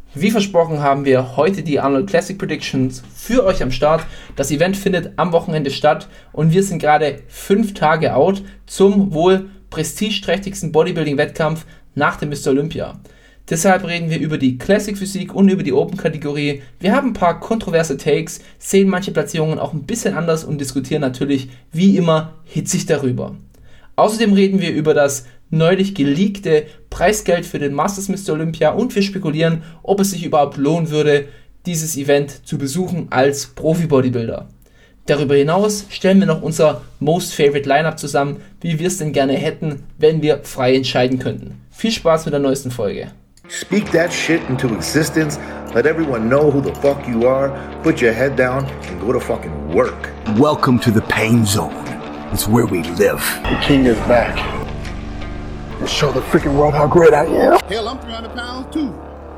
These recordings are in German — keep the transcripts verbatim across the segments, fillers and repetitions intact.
Wie versprochen haben wir heute die Arnold Classic Predictions für euch am Start. Das Event findet am Wochenende statt und wir sind gerade fünf Tage out zum wohl prestigeträchtigsten Bodybuilding-Wettkampf nach dem Mister Olympia. Deshalb reden wir über die Classic Physik und über die Open-Kategorie. Wir haben ein paar kontroverse Takes, sehen manche Platzierungen auch ein bisschen anders und diskutieren natürlich wie immer hitzig darüber. Außerdem reden wir über das neulich geleakte Preisgeld für den Masters Mister Olympia und wir spekulieren, ob es sich überhaupt lohnen würde, dieses Event zu besuchen als Profi-Bodybuilder. Darüber hinaus stellen wir noch unser Most Favorite Lineup zusammen, wie wir es denn gerne hätten, wenn wir frei entscheiden könnten. Viel Spaß mit der neuesten Folge. Speak that shit into existence. Let everyone know who the fuck you are. Put your head down and go to fucking work. Welcome to the pain zone. It's where we live. The king is back. And show the freaking world how great I am. Hell, I'm three hundred pounds too.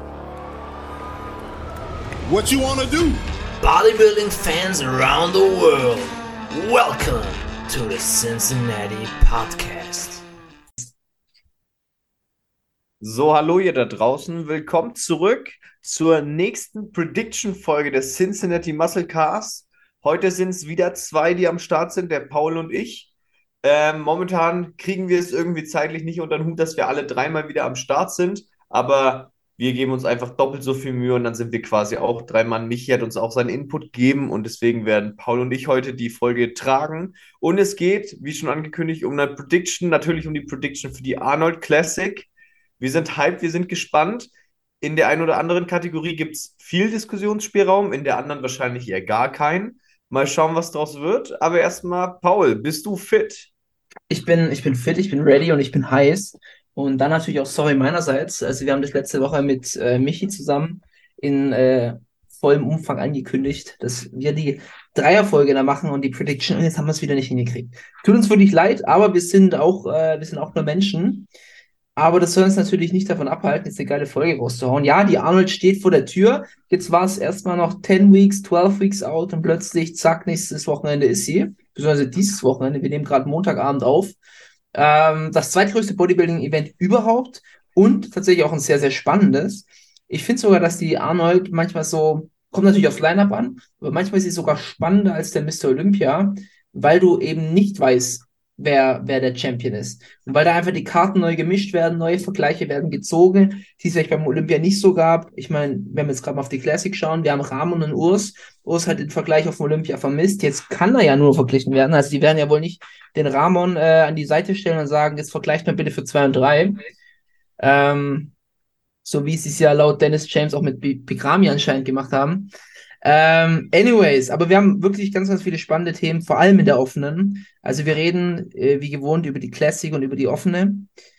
What you wanna do? Bodybuilding fans around the world, welcome to the Cincinnati Podcast. So, hallo ihr da draußen, willkommen zurück zur nächsten Prediction-Folge des Cincinnati Muscle Cast. Heute sind es wieder zwei, die am Start sind, der Paul und ich. Ähm, momentan kriegen wir es irgendwie zeitlich nicht unter den Hut, dass wir alle dreimal wieder am Start sind, aber wir geben uns einfach doppelt so viel Mühe und dann sind wir quasi auch drei Mann. Michi hat uns auch seinen Input gegeben und deswegen werden Paul und ich heute die Folge tragen. Und es geht, wie schon angekündigt, um eine Prediction, natürlich um die Prediction für die Arnold Classic. Wir sind hyped, wir sind gespannt. In der einen oder anderen Kategorie gibt es viel Diskussionsspielraum, in der anderen wahrscheinlich eher gar keinen. Mal schauen, was draus wird. Aber erstmal, Paul, bist du fit? Ich bin, ich bin fit, ich bin ready und ich bin heiß. Und dann natürlich auch sorry meinerseits. Also wir haben das letzte Woche mit äh, Michi zusammen in äh, vollem Umfang angekündigt, dass wir die Dreierfolge da machen und die Prediction. Und jetzt haben wir es wieder nicht hingekriegt. Tut uns wirklich leid, aber wir sind auch, äh, wir sind auch nur Menschen. Aber das soll uns natürlich nicht davon abhalten, jetzt eine geile Folge rauszuhauen. Ja, die Arnold steht vor der Tür. Jetzt war es erstmal noch zehn Weeks, zwölf Weeks out und plötzlich, zack, nächstes Wochenende ist sie. Beziehungsweise dieses Wochenende. Wir nehmen gerade Montagabend auf. Ähm, das zweitgrößte Bodybuilding-Event überhaupt und tatsächlich auch ein sehr, sehr spannendes. Ich finde sogar, dass die Arnold manchmal so, kommt natürlich aufs Line-Up an, aber manchmal ist sie sogar spannender als der Mister Olympia, weil du eben nicht weißt, wer, wer der Champion ist. Und weil da einfach die Karten neu gemischt werden, neue Vergleiche werden gezogen, die es vielleicht beim Olympia nicht so gab. Ich meine, wenn wir jetzt gerade mal auf die Classic schauen, wir haben Ramon und Urs. Urs hat den Vergleich auf dem Olympia vermisst. Jetzt kann er ja nur verglichen werden. Also die werden ja wohl nicht den Ramon äh, an die Seite stellen und sagen, jetzt vergleicht mal bitte für zwei und drei. Ähm, so wie sie es ja laut Dennis James auch mit Bikrami anscheinend gemacht haben. Ähm, anyways, aber wir haben wirklich ganz, ganz viele spannende Themen, vor allem in der offenen. Also wir reden äh, wie gewohnt über die Classic und über die offene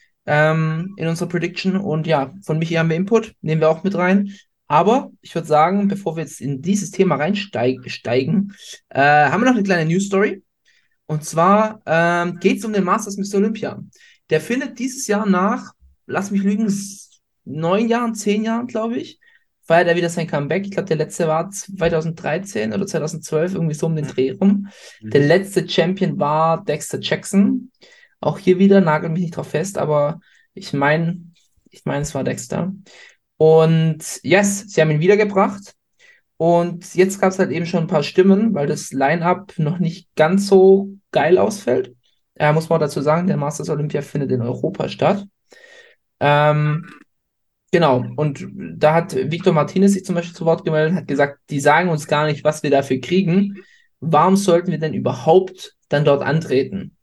ähm, in unserer Prediction. Und ja, von Michi haben wir Input, nehmen wir auch mit rein. Aber ich würde sagen, bevor wir jetzt in dieses Thema reinsteigen, äh, haben wir noch eine kleine News-Story. Und zwar ähm, geht es um den Masters Mister Olympia. Der findet dieses Jahr nach, lass mich lügen, neun Jahren, zehn Jahren, glaube ich, feiert er wieder sein Comeback. Ich glaube, der letzte war zwanzig dreizehn oder zwanzig zwölf, irgendwie so um den Dreh rum. Mhm. Der letzte Champion war Dexter Jackson. Auch hier wieder, nagel mich nicht drauf fest, aber ich meine, ich meine, es war Dexter. Und yes, sie haben ihn wiedergebracht. Und jetzt gab es halt eben schon ein paar Stimmen, weil das Line-Up noch nicht ganz so geil ausfällt. Äh, muss man dazu sagen, der Masters Olympia findet in Europa statt. Ähm, genau, und da hat Victor Martinez sich zum Beispiel zu Wort gemeldet und hat gesagt, die sagen uns gar nicht, was wir dafür kriegen. Warum sollten wir denn überhaupt dann dort antreten?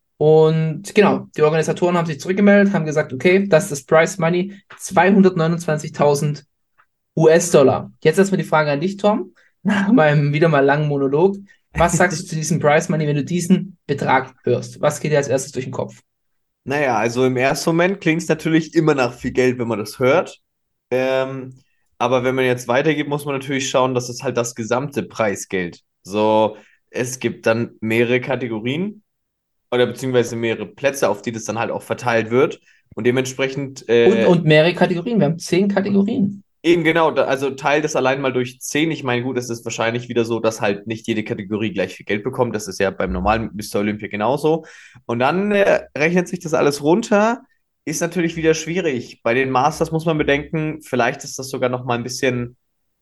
Und genau, die Organisatoren haben sich zurückgemeldet, haben gesagt, okay, das ist das Prize Money, zweihundertneunundzwanzigtausend U S-Dollar. Jetzt erstmal die Frage an dich, Tom, nach meinem wieder mal langen Monolog. Was sagst du zu diesem Prize Money, wenn du diesen Betrag hörst? Was geht dir als erstes durch den Kopf? Naja, also im ersten Moment klingt es natürlich immer nach viel Geld, wenn man das hört. Ähm, aber wenn man jetzt weitergeht, muss man natürlich schauen, dass es halt das gesamte Preisgeld. So, es gibt dann mehrere Kategorien oder beziehungsweise mehrere Plätze, auf die das dann halt auch verteilt wird. Und dementsprechend. Äh, und, und mehrere Kategorien. Wir haben zehn Kategorien. Eben genau, da, also teil das allein mal durch zehn. Ich meine, gut, es ist wahrscheinlich wieder so, dass halt nicht jede Kategorie gleich viel Geld bekommt. Das ist ja beim normalen Mister Olympia genauso. Und dann äh, rechnet sich das alles runter ist natürlich wieder schwierig. Bei den Masters muss man bedenken, vielleicht ist das sogar noch mal ein bisschen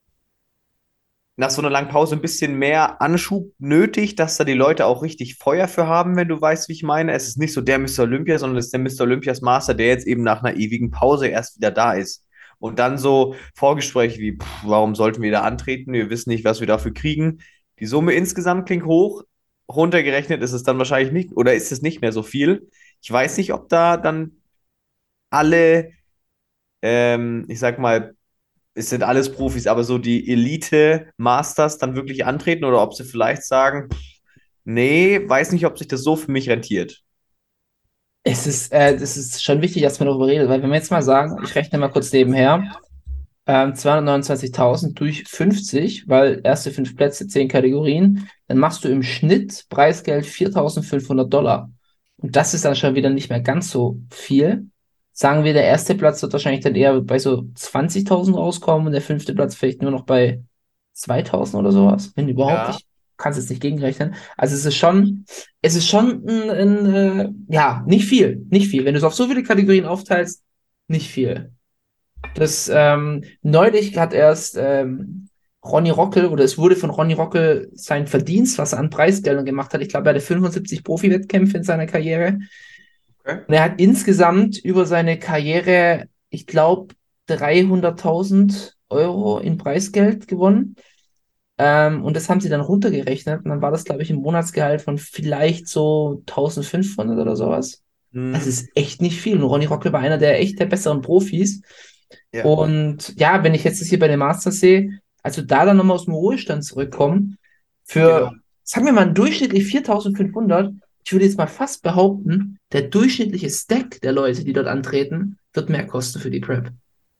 nach so einer langen Pause ein bisschen mehr Anschub nötig, dass da die Leute auch richtig Feuer für haben, wenn du weißt, wie ich meine. Es ist nicht so der Mister Olympia, sondern es ist der Mister Olympias Master, der jetzt eben nach einer ewigen Pause erst wieder da ist. Und dann so Vorgespräche wie, pff, warum sollten wir da antreten? Wir wissen nicht, was wir dafür kriegen. Die Summe insgesamt klingt hoch. Runtergerechnet ist es dann wahrscheinlich nicht, oder ist es nicht mehr so viel. Ich weiß nicht, ob da dann alle, ähm, ich sag mal, es sind alles Profis, aber so die Elite-Masters dann wirklich antreten oder ob sie vielleicht sagen, pff, nee, weiß nicht, ob sich das so für mich rentiert. Es ist, äh, es ist schon wichtig, dass man darüber redet, weil wenn wir jetzt mal sagen, ich rechne mal kurz nebenher, ähm, zweihundertneunundzwanzigtausend durch fünfzig, weil erste fünf Plätze, zehn Kategorien, dann machst du im Schnitt Preisgeld viertausendfünfhundert Dollar. Und das ist dann schon wieder nicht mehr ganz so viel. Sagen wir, der erste Platz wird wahrscheinlich dann eher bei so zwanzigtausend rauskommen und der fünfte Platz vielleicht nur noch bei zweitausend oder sowas, wenn überhaupt. Ja. Ich kann es jetzt nicht gegenrechnen. Also es ist schon, es ist schon ein, ein äh, ja, nicht viel, nicht viel. Wenn du es auf so viele Kategorien aufteilst, nicht viel. Das, ähm, neulich hat erst ähm, Ronny Rockel, oder es wurde von Ronny Rockel sein Verdienst, was er an Preisgeldern gemacht hat. Ich glaube, er hatte fünfundsiebzig Profi-Wettkämpfe in seiner Karriere. Okay. Und er hat insgesamt über seine Karriere, ich glaube, dreihunderttausend Euro in Preisgeld gewonnen. Ähm, und das haben sie dann runtergerechnet. Und dann war das, glaube ich, ein Monatsgehalt von vielleicht so eintausendfünfhundert oder sowas. Das Hm, ist echt nicht viel. Und Ronny Rockel war einer der echt der besseren Profis. ja. Und ja, wenn ich jetzt das hier bei den Masters sehe, also da dann nochmal aus dem Ruhestand zurückkommen, für, Genau. sagen wir mal, durchschnittlich viertausendfünfhundert, ich würde jetzt mal fast behaupten, der durchschnittliche Stack der Leute, die dort antreten, wird mehr kosten für die Prep.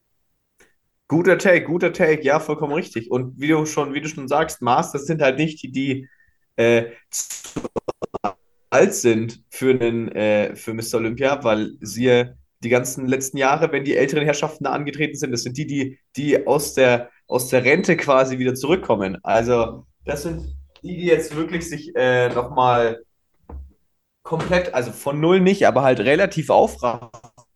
Guter Take, guter Take, ja, vollkommen richtig. Und wie du schon, wie du schon sagst, Masters sind halt nicht die, die äh, zu alt sind für einen, äh, für Mister Olympia, weil siehe die ganzen letzten Jahre, wenn die älteren Herrschaften da angetreten sind, das sind die, die, die aus der, aus der Rente quasi wieder zurückkommen. Also, das sind die, die jetzt wirklich sich äh, nochmal komplett, also von null nicht, aber halt relativ aufraffen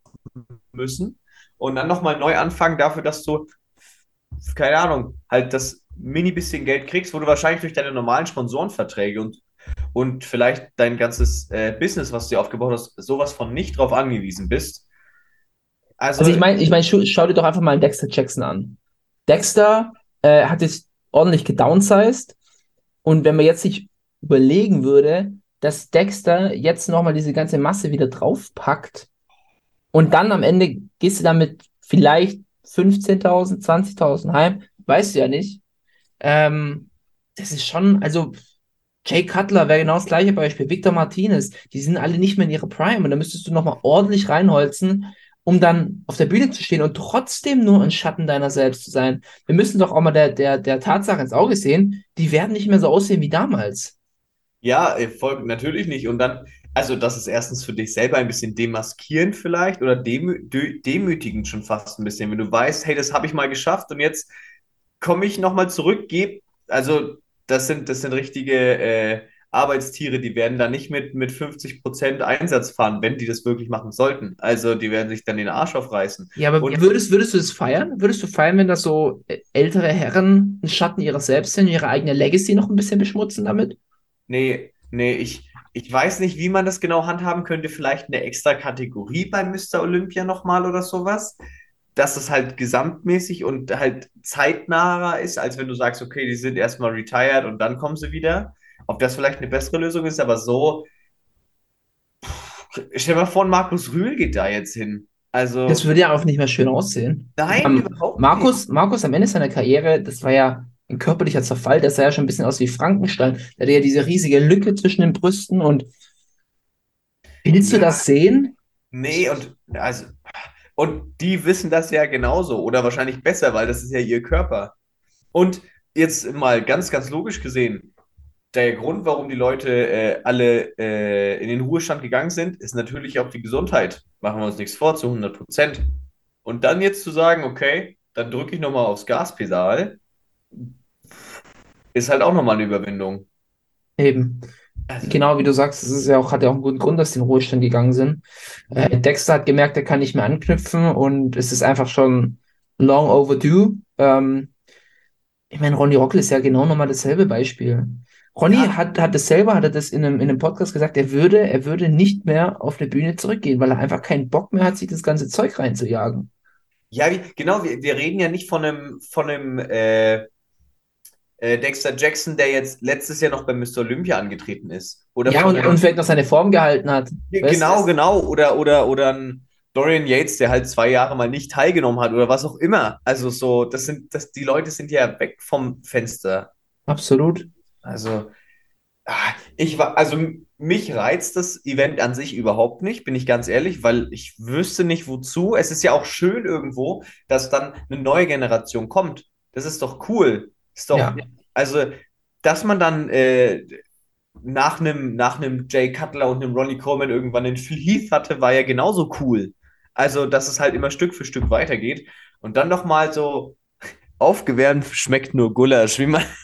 müssen und dann nochmal neu anfangen dafür, dass du, keine Ahnung, halt das mini bisschen Geld kriegst, wo du wahrscheinlich durch deine normalen Sponsorenverträge und, und vielleicht dein ganzes äh, Business, was du dir aufgebaut hast, sowas von nicht drauf angewiesen bist. Also, Also ich meine, ich meine, schau, schau dir doch einfach mal einen Dexter Jackson an. Dexter äh, hat sich ordentlich gedownsized, und wenn man jetzt sich überlegen würde, dass Dexter jetzt nochmal diese ganze Masse wieder draufpackt und dann am Ende gehst du damit vielleicht fünfzehntausend, zwanzigtausend heim, weißt du ja nicht. Ähm, das ist schon, also Jay Cutler wäre genau das gleiche Beispiel, Victor Martinez, die sind alle nicht mehr in ihrer Prime und da müsstest du nochmal ordentlich reinholzen, um dann auf der Bühne zu stehen und trotzdem nur ein Schatten deiner selbst zu sein. Wir müssen doch auch mal der, der, der Tatsache ins Auge sehen, die werden nicht mehr so aussehen wie damals. ja, äh, voll, natürlich nicht. Und dann, also das ist erstens für dich selber ein bisschen demaskierend vielleicht oder demü dö- demütigend schon fast ein bisschen, wenn du weißt, hey, das habe ich mal geschafft und jetzt komme ich nochmal zurück, gebe, also das sind, das sind richtige äh, Arbeitstiere, die werden da nicht mit, mit fünfzig Prozent Einsatz fahren, wenn die das wirklich machen sollten. Also die werden sich dann den Arsch aufreißen. Ja, aber Und würdest, würdest du das feiern? Würdest du feiern, wenn das so äh, ältere Herren ein Schatten ihrer selbst sind, ihre eigene Legacy noch ein bisschen beschmutzen damit? nee, nee, ich, ich weiß nicht, wie man das genau handhaben könnte. Vielleicht eine extra Kategorie bei Mister Olympia nochmal oder sowas, dass es halt gesamtmäßig und halt zeitnaher ist, als wenn du sagst, okay, die sind erstmal retired und dann kommen sie wieder. Ob das vielleicht eine bessere Lösung ist, aber so, stell dir mal vor, Markus Rühl geht da jetzt hin. Das Also, würde ja auch nicht mehr schön aussehen. nein, Ähm, überhaupt nicht. Markus, Markus am Ende seiner Karriere, das war ja ein körperlicher Zerfall, der sah ja schon ein bisschen aus wie Frankenstein. Der hatte ja diese riesige Lücke zwischen den Brüsten, und willst du Ja, das sehen? nee, und also, und die wissen das ja genauso oder wahrscheinlich besser, weil das ist ja ihr Körper. Und jetzt mal ganz, ganz logisch gesehen, der Grund, warum die Leute äh, alle äh, in den Ruhestand gegangen sind, ist natürlich auch die Gesundheit. Machen wir uns nichts vor, zu hundert Prozent. Und dann jetzt zu sagen, okay, dann drücke ich nochmal aufs Gaspedal, ist halt auch nochmal eine Überwindung. Eben. Genau, wie du sagst, es ist ja auch, hat ja auch einen guten Grund, dass die in den Ruhestand gegangen sind. Äh, Dexter hat gemerkt, er kann nicht mehr anknüpfen und es ist einfach schon long overdue. Ähm, ich meine, Ronny Rockel ist ja genau nochmal dasselbe Beispiel. Ronny Ja, hat, hat das selber, hat er das in einem, in einem Podcast gesagt, er würde, er würde nicht mehr auf eine Bühne zurückgehen, weil er einfach keinen Bock mehr hat, sich das ganze Zeug reinzujagen. ja, wie, genau, wir, wir reden ja nicht von einem, von einem äh, äh, Dexter Jackson, der jetzt letztes Jahr noch bei Mister Olympia angetreten ist. Oder Ja, von und, und einem, vielleicht noch seine Form gehalten hat. Weißt genau, du? genau, oder, oder, oder ein Dorian Yates, der halt zwei Jahre mal nicht teilgenommen hat oder was auch immer. Also so, das sind, das, die Leute sind ja weg vom Fenster. Absolut. Also, ah, ich war, also m- mich reizt das Event an sich überhaupt nicht, bin ich ganz ehrlich, weil ich wüsste nicht wozu. Es ist ja auch schön irgendwo, dass dann eine neue Generation kommt. Das ist doch cool. Ist doch, Ja. also, dass man dann äh, nach einem nach einem Jay Cutler und einem Ronnie Coleman irgendwann den Phil Heath hatte, war ja genauso cool. Also, dass es halt immer Stück für Stück weitergeht. Und dann noch mal so aufgewärmt schmeckt nur Gulasch, wie man,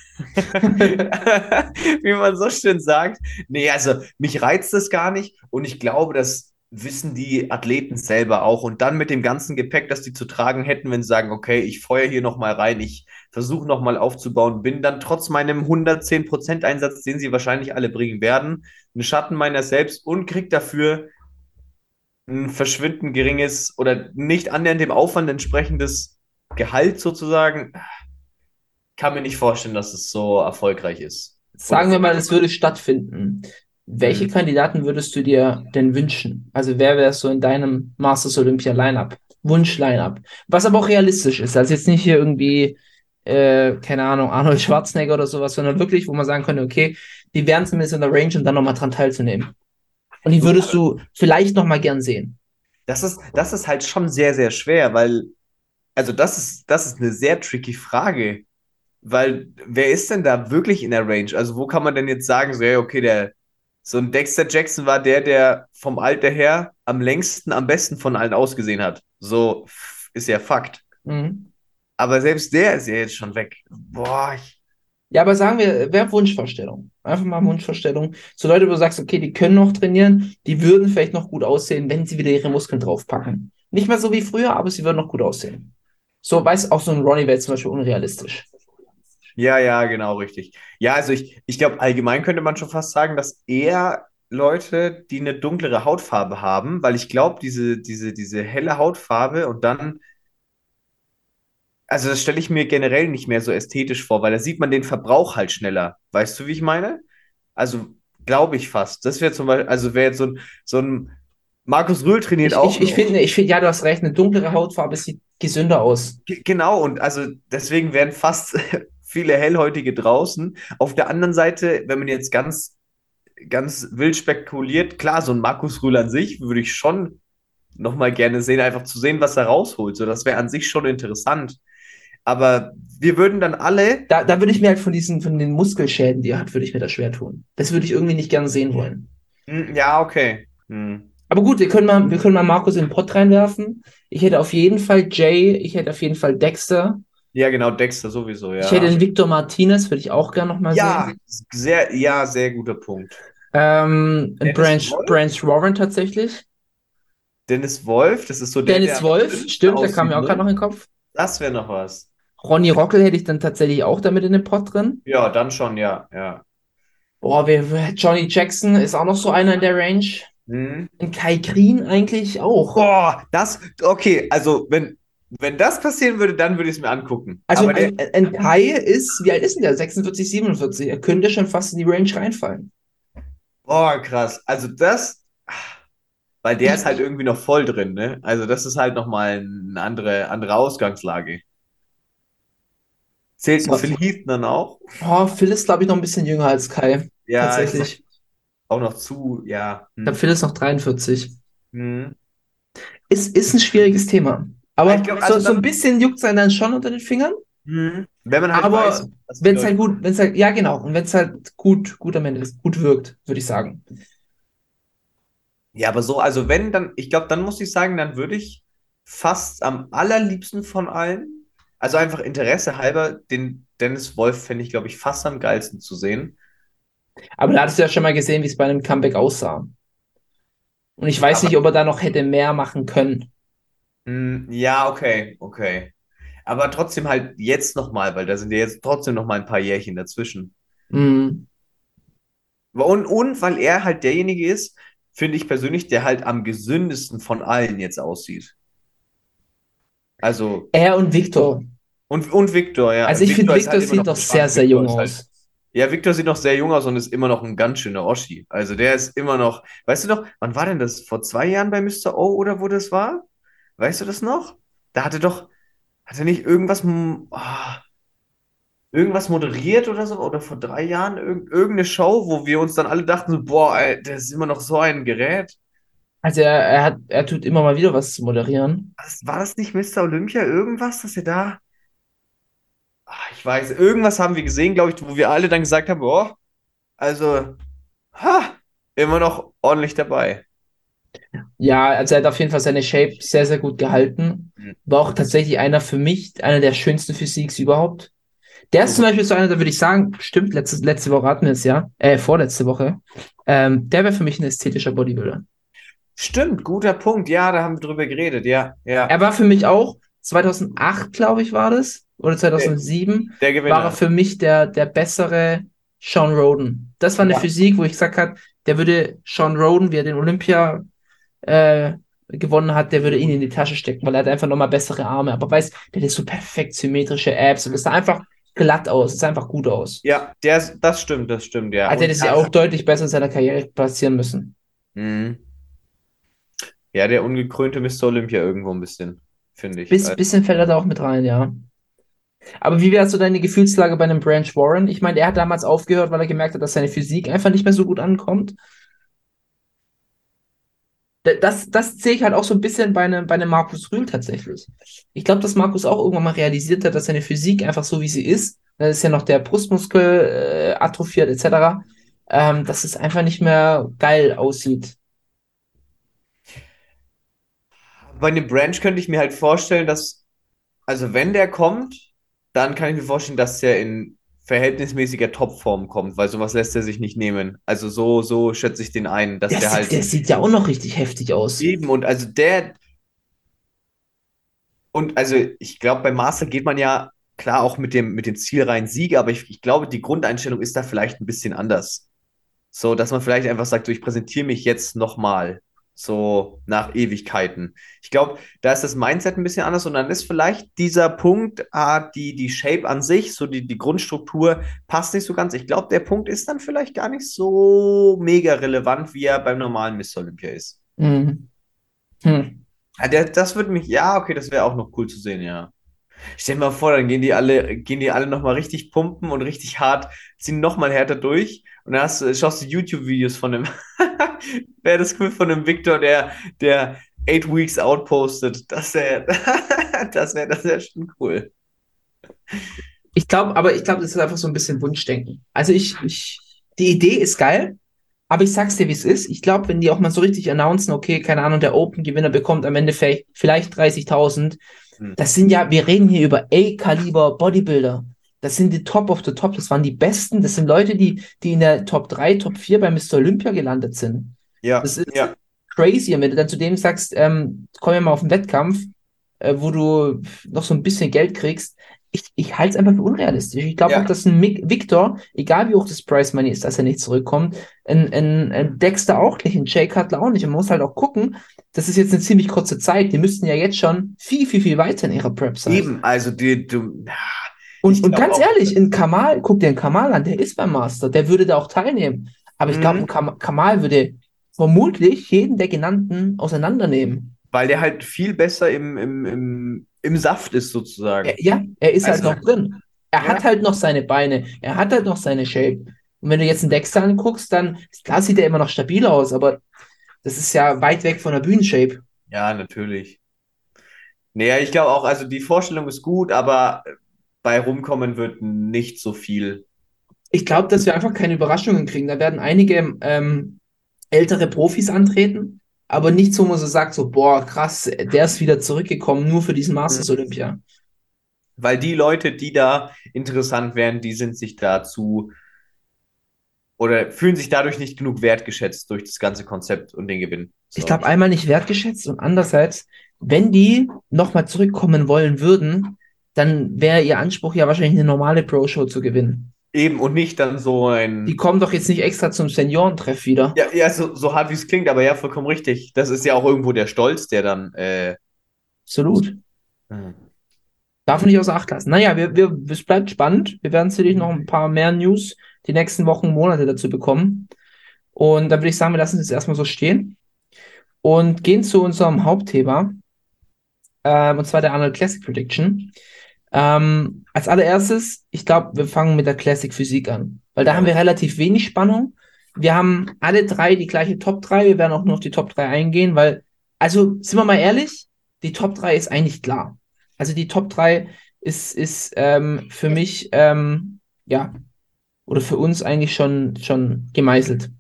wie man so schön sagt. Nee, also mich reizt das gar nicht und ich glaube, das wissen die Athleten selber auch. Und dann mit dem ganzen Gepäck, das die zu tragen hätten, wenn sie sagen, okay, ich feuer hier nochmal rein, ich versuche nochmal aufzubauen, bin dann trotz meinem hundertzehn Prozent Einsatz, den sie wahrscheinlich alle bringen werden, ein Schatten meiner selbst und krieg dafür ein verschwindend geringes oder nicht annähernd dem Aufwand entsprechendes Gehalt sozusagen. Kann mir nicht vorstellen, dass es so erfolgreich ist. Oder Sagen wir mal, es würde stattfinden. Welche Mhm. Kandidaten würdest du dir denn wünschen? Also wer wäre so in deinem Masters Olympia Lineup? Wunsch-Lineup. Was aber auch realistisch ist. Also jetzt nicht hier irgendwie, äh, keine Ahnung, Arnold Schwarzenegger oder sowas, sondern wirklich, wo man sagen könnte, okay, die wären zumindest in der Range, um dann nochmal dran teilzunehmen. Und die würdest du vielleicht nochmal gern sehen. Das ist, das ist halt schon sehr, sehr schwer, weil, also das ist, das ist eine sehr tricky Frage, weil wer ist denn da wirklich in der Range? Also wo kann man denn jetzt sagen, so, ja, okay, der, so ein Dexter Jackson war der, der vom Alter her am längsten, am besten von allen ausgesehen hat. So ist ja Fakt. Mhm. Aber selbst der ist ja jetzt schon weg. Boah, ich, Ja, aber sagen wir, wäre Wunschvorstellung. Einfach mal Wunschvorstellung. So Leute, wo du sagst, okay, die können noch trainieren, die würden vielleicht noch gut aussehen, wenn sie wieder ihre Muskeln draufpacken. Nicht mehr so wie früher, aber sie würden noch gut aussehen. So, weiß auch so ein Ronnie wäre zum Beispiel unrealistisch. ja, ja, genau, richtig. Ja, also ich, ich glaube, allgemein könnte man schon fast sagen, dass eher Leute, die eine dunklere Hautfarbe haben, weil ich glaube, diese, diese, diese helle Hautfarbe und dann, also das stelle ich mir generell nicht mehr so ästhetisch vor, weil da sieht man den Verbrauch halt schneller. Weißt du, wie ich meine? Also glaube ich fast. Das wäre zum Beispiel, also wäre jetzt so ein, so ein Markus Rühl trainiert Ich, auch ich, ich noch. finde, ich finde, ja, du hast recht, eine dunklere Hautfarbe sieht gesünder aus. Ge- Genau, und also deswegen wären fast viele Hellhäutige draußen. Auf der anderen Seite, wenn man jetzt ganz ganz wild spekuliert. Klar, so ein Markus Rühl an sich würde ich schon nochmal gerne sehen, einfach zu sehen, was er rausholt. So, das wäre an sich schon interessant. Aber wir würden dann alle, Da, da würde ich mir halt von diesen, von den Muskelschäden, die er hat, würde ich mir das schwer tun. Das würde ich irgendwie nicht gerne sehen wollen. hm, ja, okay. Hm. Aber gut, wir können mal, wir können mal Markus in den Pott reinwerfen. Ich hätte auf jeden Fall Jay, ich hätte auf jeden Fall Dexter. Ja, genau, Dexter sowieso, Ich hätte ja. den Victor Martinez, würde ich auch gerne nochmal Ja, sehen. sehr, ja, sehr guter Punkt. Ähm, ein Dennis Branch, Wolf? Branch Warren tatsächlich. Dennis Wolf, das ist so der, Dennis der Wolf, stimmt, der kam aussieht, mir auch gerade ne? noch in den Kopf. Das wäre noch was. Ronny Rockel hätte ich dann tatsächlich auch damit in den Pott drin. Ja, dann schon, ja, ja. Boah, wer, wer- Johnny Jackson ist auch noch so einer in der Range. Hm. Und Kai Green eigentlich auch. Boah, das, okay, also wenn, wenn das passieren würde, dann würde ich es mir angucken. Also Aber der, ein, ein Kai ist, wie alt ist denn der? sechsundvierzig, siebenundvierzig. Er könnte schon fast in die Range reinfallen. boah, krass. Also das, weil der ist halt irgendwie noch voll drin, ne? Also das ist halt nochmal eine andere, andere Ausgangslage. Zählt ein So. Phil Heath dann auch? Oh, Phil ist, glaube ich, noch ein bisschen jünger als Kai. Ja, ist Tatsächlich. auch noch zu, ja. Ich glaube, Hm. Phil ist noch dreiundvierzig. Hm. Ist, ist ein schwieriges Thema. Ja, Aber ich glaub, so, also so ein dann, bisschen juckt es einen dann schon unter den Fingern. hm. Wenn man halt Aber weiß, was die wenn es Leute. halt gut, wenn es halt, ja genau, und wenn es halt gut, gut am Ende ist, gut wirkt, würde ich sagen. Ja, aber so, also wenn, dann, ich glaube, dann muss ich sagen, dann würde ich fast am allerliebsten von allen, also einfach Interesse halber, den Dennis Wolf fände ich, glaube ich, fast am geilsten zu sehen. Aber da hattest du ja schon mal gesehen, wie es bei einem Comeback aussah. Und ich weiß Aber, nicht, ob er da noch hätte mehr machen können. mh, ja, okay, okay. Aber trotzdem halt jetzt nochmal, weil da sind ja jetzt trotzdem nochmal ein paar Jährchen dazwischen. Mhm. Und, und weil er halt derjenige ist, finde ich persönlich, der halt am gesündesten von allen jetzt aussieht. Also, Er und Victor. und, und Victor, ja. Also ich finde, Victor ist Victor halt immer sieht noch doch ein sehr, Schwanz. sehr Victor jung ist halt, aus. ja, Victor sieht noch sehr jung aus und ist immer noch ein ganz schöner Oschi. Also der ist immer noch, weißt du noch, wann war denn das? Vor zwei Jahren bei Mister O oder wo das war? Weißt du das noch? Da hatte doch, hat er nicht irgendwas, m- ah, irgendwas moderiert oder so? Oder vor drei Jahren irg irgendeine Show, wo wir uns dann alle dachten, so, boah, ey, das ist immer noch so ein Gerät. Also er, er hat, er tut immer mal wieder was zu moderieren. Was, war das nicht Mister Olympia? Irgendwas, dass er da, ah, ich weiß, irgendwas haben wir gesehen, glaube ich, wo wir alle dann gesagt haben, boah, also, ha, immer noch ordentlich dabei. Ja, also er hat auf jeden Fall seine Shape sehr, sehr gut gehalten. Mhm. War auch tatsächlich einer für mich, einer der schönsten Physiques überhaupt. Der ist zum Beispiel so einer, da würde ich sagen, stimmt, letzte, letzte Woche hatten wir es ja, äh, vorletzte Woche. Ähm, der wäre für mich ein ästhetischer Bodybuilder. Stimmt, guter Punkt. Ja, da haben wir drüber geredet. Ja, ja. Er war für mich auch, zweitausendacht, glaube ich, war das, oder Der, zweitausendsieben, der war er Gewinner. für mich der, der bessere Sean Roden. Das war eine Ja. Physik, wo ich gesagt habe, der würde Sean Roden, wie er den Olympia äh, gewonnen hat, der würde ihn in die Tasche stecken, weil er hat einfach nochmal bessere Arme. Aber weiß, der hat so perfekt symmetrische Abs und es sah einfach glatt aus, es sah einfach gut aus. Ja, der ist, das stimmt, das stimmt, ja. Also Und hätte sich auch deutlich besser in seiner Karriere platzieren müssen. mhm. Ja, der ungekrönte Mister Olympia irgendwo ein bisschen, finde ich. Bis, Also, bisschen fällt er da auch mit rein, ja. Aber wie wäre so deine Gefühlslage bei einem Branch Warren? Ich meine, er hat damals aufgehört, weil er gemerkt hat, dass seine Physik einfach nicht mehr so gut ankommt. D- Das, das sehe ich halt auch so ein bisschen bei einem, bei einem Markus Rühl tatsächlich. Ich glaube, dass Markus auch irgendwann mal realisiert hat, dass seine Physik einfach so, wie sie ist, da ist ja noch der Brustmuskel äh, atrophiert et cetera, ähm, dass es einfach nicht mehr geil aussieht. bei dem Branch könnte ich mir halt vorstellen, dass, also wenn der kommt, dann kann ich mir vorstellen, dass der in verhältnismäßiger Topform kommt, weil sowas lässt er sich nicht nehmen. Also so, so schätze ich den ein, dass Der der sieht, halt der sieht ja auch noch richtig heftig aus. eben und also der, und also ich glaube, beim Master geht man ja klar auch mit dem, mit dem Ziel rein Sieg, aber ich, ich glaube, die Grundeinstellung ist da vielleicht ein bisschen anders. So, dass man vielleicht einfach sagt, so, ich präsentiere mich jetzt nochmal, so nach Ewigkeiten. Ich glaube, da ist das Mindset ein bisschen anders und dann ist vielleicht dieser Punkt, ah, die, die Shape an sich, so die, die Grundstruktur passt nicht so ganz. Ich glaube, der Punkt ist dann vielleicht gar nicht so mega relevant, wie er beim normalen Mister Olympia ist. Mhm. Hm. Ja, der, das würde mich, ja, okay, das wäre auch noch cool zu sehen, ja. Stell dir mal vor, dann gehen die alle, gehen die alle nochmal richtig pumpen und richtig hart, ziehen nochmal härter durch. Und dann hast, du- schaust du YouTube-Videos von dem, wäre das cool von dem Victor, der, der eight weeks out postet. Das wäre, das wäre, das wäre schon cool. Ich glaube, aber ich glaube, das ist einfach so ein bisschen Wunschdenken. Also ich, ich, die Idee ist geil, aber ich sag's dir, wie es ist. Ich glaube, wenn die auch mal so richtig announcen, okay, keine Ahnung, der Open-Gewinner bekommt am Ende vielleicht, vielleicht dreißigtausend. Hm. Das sind ja, wir reden hier über A-Kaliber Bodybuilder. Das sind die Top of the Top. Das waren die Besten. Das sind Leute, die, die in der Top drei, Top vier bei Mister Olympia gelandet sind. Ja, Das ist ja. crazy. Und wenn du dann zu dem sagst, ähm, komm ja mal auf den Wettkampf, äh, wo du noch so ein bisschen Geld kriegst, ich, ich halte es einfach für unrealistisch. Ich glaube Ja. auch, dass ein Mick, Victor, egal wie hoch das Price Money ist, dass er nicht zurückkommt, ein, ein, ein Dexter auch nicht, ein Jay Cutler auch nicht. Und man muss halt auch gucken, das ist jetzt eine ziemlich kurze Zeit. Die müssten ja jetzt schon viel, viel, viel weiter in ihrer Prep sein. Eben, also die, du, Und, ich und glaub ganz auch, ehrlich, in Kamal, guck dir den Kamal an, der ist beim Master, der würde da auch teilnehmen. Aber ich glaube, Mhm. ein Kam Kamal würde vermutlich jeden der genannten auseinandernehmen. weil der halt viel besser im, im, im, im Saft ist, sozusagen. Er, ja, er ist halt Also- noch drin. Er Ja. hat halt noch seine Beine, er hat halt noch seine Shape. Und wenn du jetzt einen Dexter anguckst, dann, klar sieht er immer noch stabil aus, aber das ist ja weit weg von der Bühnenshape. Ja, natürlich. Naja, ich glaube auch, also die Vorstellung ist gut, aber bei rumkommen wird nicht so viel. Ich glaube, dass wir einfach keine Überraschungen kriegen. Da werden einige ähm, ältere Profis antreten, aber nicht so, wo man so sagt, so, boah, krass, der ist wieder zurückgekommen, nur für diesen Masters Olympia. Weil die Leute, die da interessant wären, die sind sich da zu, oder fühlen sich dadurch nicht genug wertgeschätzt durch das ganze Konzept und den Gewinn. So. Ich glaube, einmal nicht wertgeschätzt und andererseits, wenn die nochmal zurückkommen wollen würden, dann wäre ihr Anspruch ja wahrscheinlich eine normale Pro-Show zu gewinnen. Eben, und nicht dann so ein... Die kommen doch jetzt nicht extra zum Seniorentreff wieder. Ja, ja so, so hart wie es klingt, aber ja, vollkommen richtig. Das ist ja auch irgendwo der Stolz, der dann... Äh, Absolut. hm. Darf man nicht außer Acht lassen. Naja, wir, wir, es bleibt spannend. Wir werden sicherlich noch ein paar mehr News die nächsten Wochen, Monate dazu bekommen. Und dann würde ich sagen, wir lassen es jetzt erstmal so stehen und gehen zu unserem Hauptthema, ähm, und zwar der Arnold Classic Prediction. Ähm, als allererstes, ich glaube, wir fangen mit der Classic Physik an, weil da haben wir relativ wenig Spannung. Wir haben alle drei die gleiche Top drei. Wir werden auch nur auf die Top drei eingehen, weil, also sind wir mal ehrlich, die Top drei ist eigentlich klar. Also die Top drei ist, ist ähm, für mich, ähm, ja, oder für uns eigentlich schon, schon gemeißelt.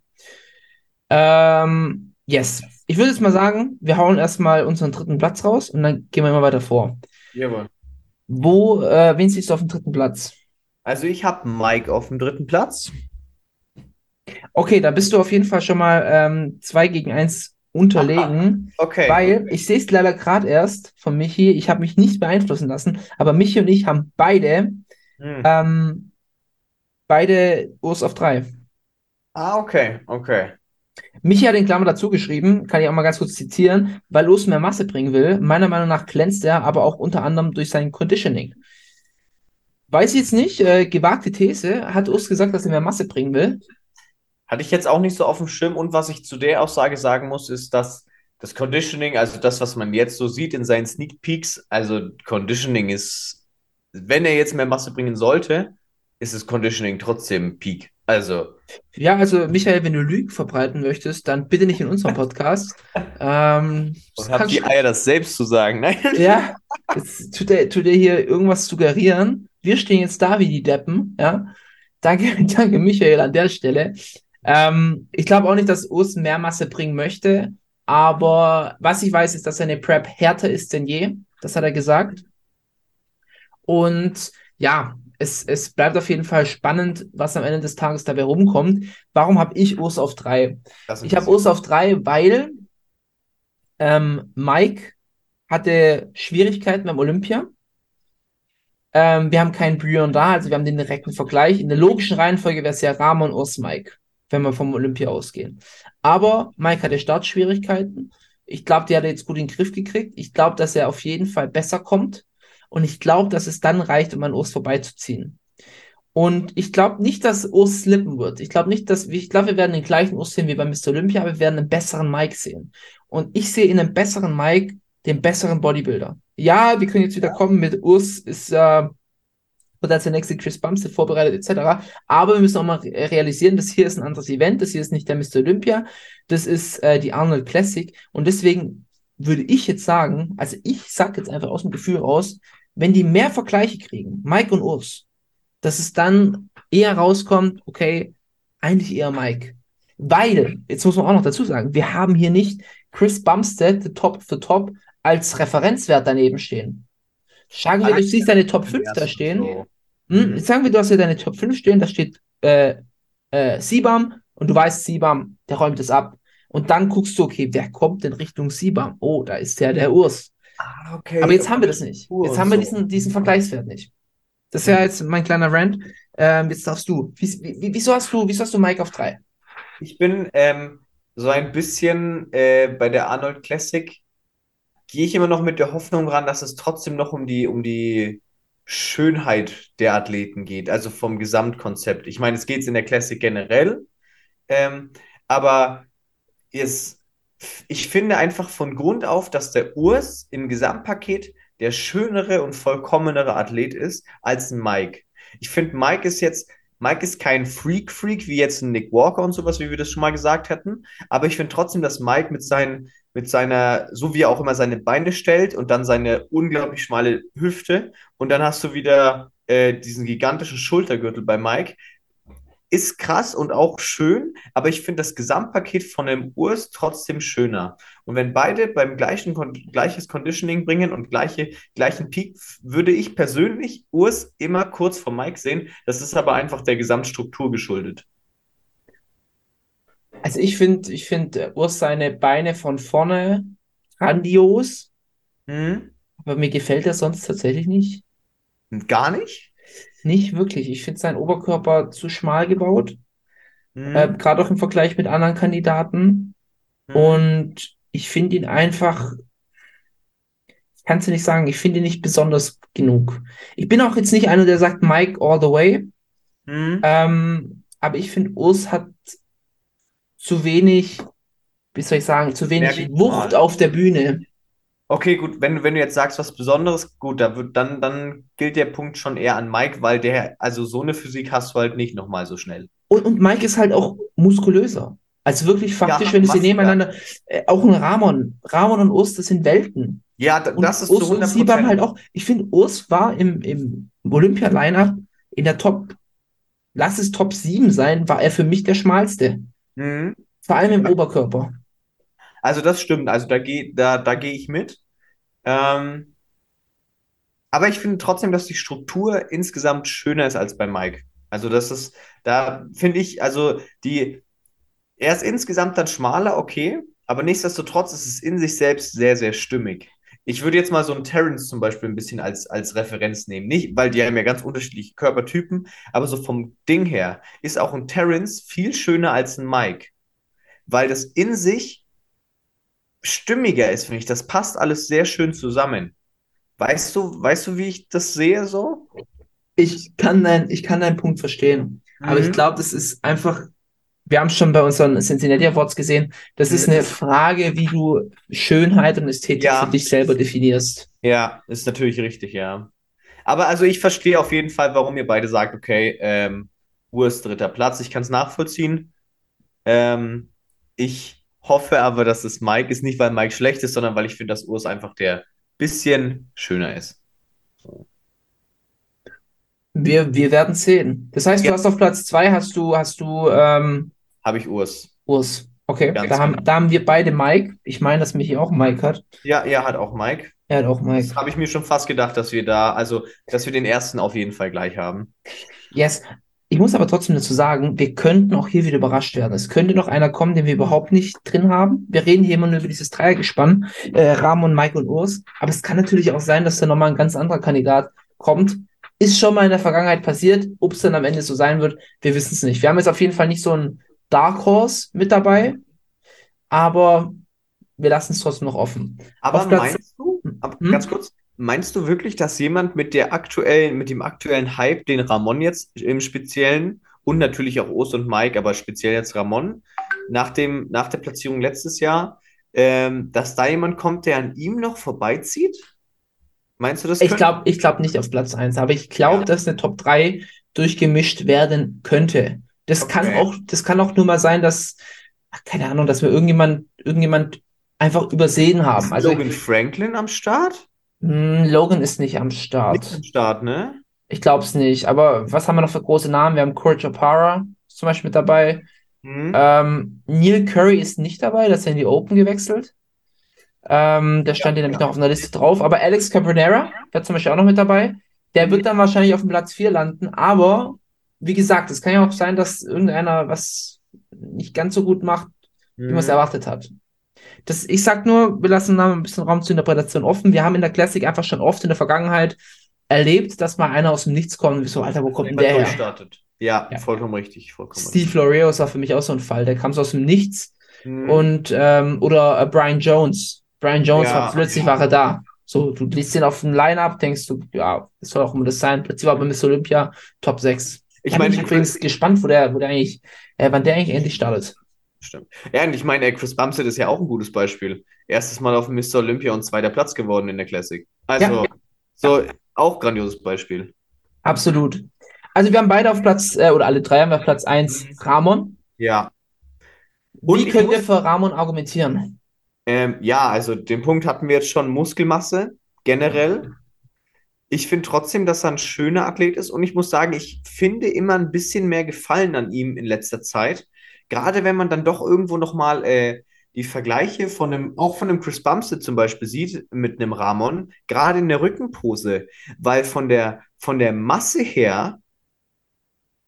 Ähm, yes. Ich würde jetzt mal sagen, wir hauen erstmal unseren dritten Platz raus und dann gehen wir immer weiter vor. Jawohl. Wo, äh, wen siehst du auf dem dritten Platz? Also ich habe Mike auf dem dritten Platz. Okay, da bist du auf jeden Fall schon mal ähm, zwei gegen eins unterlegen. Aha, okay. Weil ich sehe es leider gerade erst von Michi, ich habe mich nicht beeinflussen lassen, aber Michi und ich haben beide Hm. ähm, beide Urs auf drei. Ah, okay, okay. Michi hat in Klammer dazu geschrieben, kann ich auch mal ganz kurz zitieren, weil Urs mehr Masse bringen will. Meiner Meinung nach glänzt er, aber auch unter anderem durch sein Conditioning. Weiß ich jetzt nicht, äh, gewagte These, hat Urs gesagt, dass er mehr Masse bringen will. Hatte ich jetzt auch nicht so auf dem Schirm. Und was ich zu der Aussage sagen muss, ist, dass das Conditioning, also das, was man jetzt so sieht in seinen Sneak Peeks, also Conditioning ist, wenn er jetzt mehr Masse bringen sollte, ist das Conditioning trotzdem Peak. Also, Ja, also Michael, wenn du Lügen verbreiten möchtest, dann bitte nicht in unserem Podcast. ähm, das und hab kannst die du- Eier, das selbst zu sagen. Nein. Ja, jetzt tut er, tut er hier irgendwas suggerieren. Wir stehen jetzt da wie die Deppen, ja. Danke, danke Michael an der Stelle. Ähm, ich glaube auch nicht, dass Urs mehr Masse bringen möchte, aber was ich weiß, ist, dass seine Prep härter ist denn je. Das hat er gesagt. Und ja, es, es bleibt auf jeden Fall spannend, was am Ende des Tages dabei rumkommt. Warum habe ich Urs auf drei? Das Ich habe Urs auf drei, weil ähm, Mike hatte Schwierigkeiten beim Olympia. Ähm, wir haben keinen Brion da, also wir haben den direkten Vergleich. In der logischen Reihenfolge wäre es ja Ramon, Urs, Mike, wenn wir vom Olympia ausgehen. Aber Mike hatte Startschwierigkeiten. Ich glaube, die hat er jetzt gut in den Griff gekriegt. Ich glaube, dass er auf jeden Fall besser kommt. Und ich glaube, dass es dann reicht, um an Urs vorbeizuziehen. Und ich glaube nicht, dass Urs slippen wird. Ich glaube nicht, dass, ich glaube, wir werden den gleichen Urs sehen wie bei Mister Olympia, aber wir werden einen besseren Mike sehen. Und ich sehe in einem besseren Mike den besseren Bodybuilder. Ja, wir können jetzt wieder kommen mit Urs ist, äh, wird als der nächste Chris Bumstead vorbereitet, et cetera. Aber wir müssen auch mal re- realisieren, das hier ist ein anderes Event, das hier ist nicht der Mister Olympia, das ist äh, die Arnold Classic. Und deswegen würde ich jetzt sagen, also ich sag jetzt einfach aus dem Gefühl raus, wenn die mehr Vergleiche kriegen, Mike und Urs, dass es dann eher rauskommt, okay, eigentlich eher Mike. Weil, jetzt muss man auch noch dazu sagen, wir haben hier nicht Chris Bumstead, the top of the top, als Referenzwert daneben stehen. Sagen wir, du siehst deine Top fünf da stehen. So. Hm, Mhm. sagen wir, du hast hier deine Top fünf stehen, da steht äh, äh, Sibam und du weißt, Sibam, der räumt es ab. Und dann guckst du, okay, wer kommt in Richtung Sibam? Oh, da ist der, der Urs. Ah, okay. Aber jetzt haben wir das nicht. Ur Jetzt und haben wir so. diesen, diesen Vergleichswert nicht. Das ist ja jetzt mein kleiner Rant. Ähm, jetzt darfst du. Wie, wie, wieso hast du, wieso hast du Mike auf drei? Ich bin ähm, so ein bisschen äh, bei der Arnold Classic, gehe ich immer noch mit der Hoffnung ran, dass es trotzdem noch um die, um die Schönheit der Athleten geht, also vom Gesamtkonzept. Ich meine, es geht in der Classic generell, ähm, aber es, ich finde einfach von Grund auf, dass der Urs im Gesamtpaket der schönere und vollkommenere Athlet ist als ein Mike. Ich finde, Mike ist jetzt, Mike ist kein Freak-Freak wie jetzt ein Nick Walker und sowas, wie wir das schon mal gesagt hätten. Aber ich finde trotzdem, dass Mike mit seinen, mit seiner, so wie er auch immer seine Beine stellt und dann seine unglaublich schmale Hüfte und dann hast du wieder äh, diesen gigantischen Schultergürtel bei Mike. Ist krass und auch schön, aber ich finde das Gesamtpaket von dem Urs trotzdem schöner. Und wenn beide beim gleichen Kon gleiches Conditioning bringen und gleiche, gleichen Peak, würde ich persönlich Urs immer kurz vor Mike sehen. Das ist aber einfach der Gesamtstruktur geschuldet. Also ich finde, ich finde Urs seine Beine von vorne grandios, Hm? aber mir gefällt er sonst tatsächlich nicht. Gar nicht? Nicht wirklich. Ich finde seinen Oberkörper zu schmal gebaut, äh, Hm? gerade auch im Vergleich mit anderen Kandidaten. Hm? Und ich finde ihn einfach, kannst du nicht sagen, ich finde ihn nicht besonders genug. Ich bin auch jetzt nicht einer, der sagt Mike all the way, Hm? ähm, aber ich finde, Urs hat zu wenig, wie soll ich sagen, zu wenig Wucht Merkmal. auf der Bühne. Okay, gut, wenn, du- wenn du jetzt sagst, was Besonderes, gut, da wird, dann, dann gilt der Punkt schon eher an Mike, weil der, also so eine Physik hast du halt nicht nochmal so schnell. Und, und Mike ist halt auch muskulöser. Also wirklich faktisch, Ja, wenn du sie massiger. nebeneinander, äh, auch ein Ramon, Ramon und Urs, das sind Welten. Ja, da- Und das ist zu Urs und hundert Siban halt Prozent. auch. Ich finde, Urs war im, im Olympia-Line-Up in der Top, lass es Top sieben sein, war er für mich der schmalste. Mhm. Vor allem im Oberkörper. Also das stimmt, also da gehe da, da geh ich mit. Ähm, aber ich finde trotzdem, dass die Struktur insgesamt schöner ist als bei Mike. Also das ist, da finde ich, also die, er ist insgesamt dann schmaler, okay, aber nichtsdestotrotz ist es in sich selbst sehr, sehr stimmig. Ich würde jetzt mal so einen Terrence zum Beispiel ein bisschen als, als Referenz nehmen. Nicht, weil die haben ja ganz unterschiedliche Körpertypen, aber so vom Ding her ist auch ein Terrence viel schöner als ein Mike, weil das in sich stimmiger ist, finde ich. Das passt alles sehr schön zusammen. Weißt du, weißt du, wie ich das sehe so? Ich kann dein, ich kann deinen Punkt verstehen. Aber ich Mhm. glaube, das ist einfach, wir haben es schon bei unseren Cincinnati Awards gesehen, das ist eine Mhm. Frage, wie du Schönheit und Ästhetik für Ja, dich selber definierst. ja, ist natürlich richtig, ja. Aber also ich verstehe auf jeden Fall, warum ihr beide sagt, okay, ähm, Urs dritter Platz. Ich kann es nachvollziehen. Ähm, ich hoffe aber, dass es Mike ist, nicht weil Mike schlecht ist, sondern weil ich finde, dass Urs einfach der bisschen schöner ist. Wir, wir werden sehen. Das heißt, Ja, du hast auf Platz zwei hast du, hast du ähm, habe ich Urs. Urs. Okay, da Ganz haben, genau. da haben wir beide Mike. Ich meine, dass Michi auch Mike hat. Ja, er hat auch Mike. Er hat auch Das Mike. habe ich mir schon fast gedacht, dass wir da, also, dass wir den ersten auf jeden Fall gleich haben. Yes. Ich muss aber trotzdem dazu sagen, wir könnten auch hier wieder überrascht werden. Es könnte noch einer kommen, den wir überhaupt nicht drin haben. Wir reden hier immer nur über dieses Dreiergespann, äh, Ramon, Mike und Urs. Aber es kann natürlich auch sein, dass da nochmal ein ganz anderer Kandidat kommt. Ist schon mal in der Vergangenheit passiert. Ob es dann am Ende so sein wird, wir wissen es nicht. Wir haben jetzt auf jeden Fall nicht so einen Dark Horse mit dabei, aber wir lassen es trotzdem noch offen. Aber Auf Platz, meinst du, ab, ganz hm? kurz, meinst du wirklich, dass jemand mit der aktuellen, mit dem aktuellen Hype, den Ramon jetzt im Speziellen und natürlich auch Ost und Mike, aber speziell jetzt Ramon, nach dem, nach der Platzierung letztes Jahr, ähm, dass da jemand kommt, der an ihm noch vorbeizieht? Meinst du, das Ich könnte? glaube, ich glaube nicht auf Platz eins, aber ich glaube, Ja, dass eine Top drei durchgemischt werden könnte. Das kann okay. auch, das kann auch nur mal sein, dass, ach, keine Ahnung, dass wir irgendjemand, irgendjemand einfach übersehen haben. Ist Also Logan Franklin am Start? mh, Logan ist nicht am Nicht am Start. Start, ne? Ich glaube es nicht. Aber was haben wir noch für große Namen? Wir haben Cory Chopara ist zum Beispiel mit dabei. Hm? Ähm, Neil Curry ist nicht dabei, das ist ja in die Open gewechselt. Ähm, der stand hier nämlich noch auf einer Liste drauf. Aber Alex Cabrera wäre zum Beispiel auch noch mit dabei. Der wird dann wahrscheinlich auf dem Platz vier landen. Aber wie gesagt, es kann ja auch sein, dass irgendeiner was nicht ganz so gut macht, wie man es Hm? erwartet hat. Das, ich sag nur, wir lassen da ein bisschen Raum zur Interpretation offen. Wir haben in der Classic einfach schon oft in der Vergangenheit erlebt, dass mal einer aus dem Nichts kommt und wir so, Alter, wo kommt denn Jemand der her? durchstartet. Ja, Ja. vollkommen richtig, vollkommen Steve richtig. Floreos war für mich auch so ein Fall. Der kam so aus dem Nichts. Hm? Und, ähm, oder äh, Brian Jones. Brian Jones war Ja, plötzlich war er da. So, du liest den auf dem Line-Up, denkst du, ja, das soll auch immer das sein. Plötzlich war er bei Miss Olympia Top sechs. ich Da bin meine, ich übrigens gespannt, wo der, wo der eigentlich, äh, wann der eigentlich endlich startet. stimmt. Ja, und ich meine, ey, Chris Bumstead ist ja auch ein gutes Beispiel. Erstes Mal auf dem Mister Olympia und zweiter Platz geworden in der Classic. Ja, Also, so auch grandioses Beispiel. absolut. Also wir haben beide auf Platz, äh, oder alle drei haben wir auf Platz eins Ramon. Ja. Und Wie ich können wir muss, für Ramon argumentieren? ähm, ja, also den Punkt hatten wir jetzt schon, Muskelmasse generell. Ich finde trotzdem, dass er ein schöner Athlet ist und ich muss sagen, ich finde immer ein bisschen mehr Gefallen an ihm in letzter Zeit. Gerade wenn man dann doch irgendwo nochmal äh, die Vergleiche von einem, auch von einem Chris Bumstead zum Beispiel sieht mit einem Ramon, gerade in der Rückenpose, weil von der, von der Masse her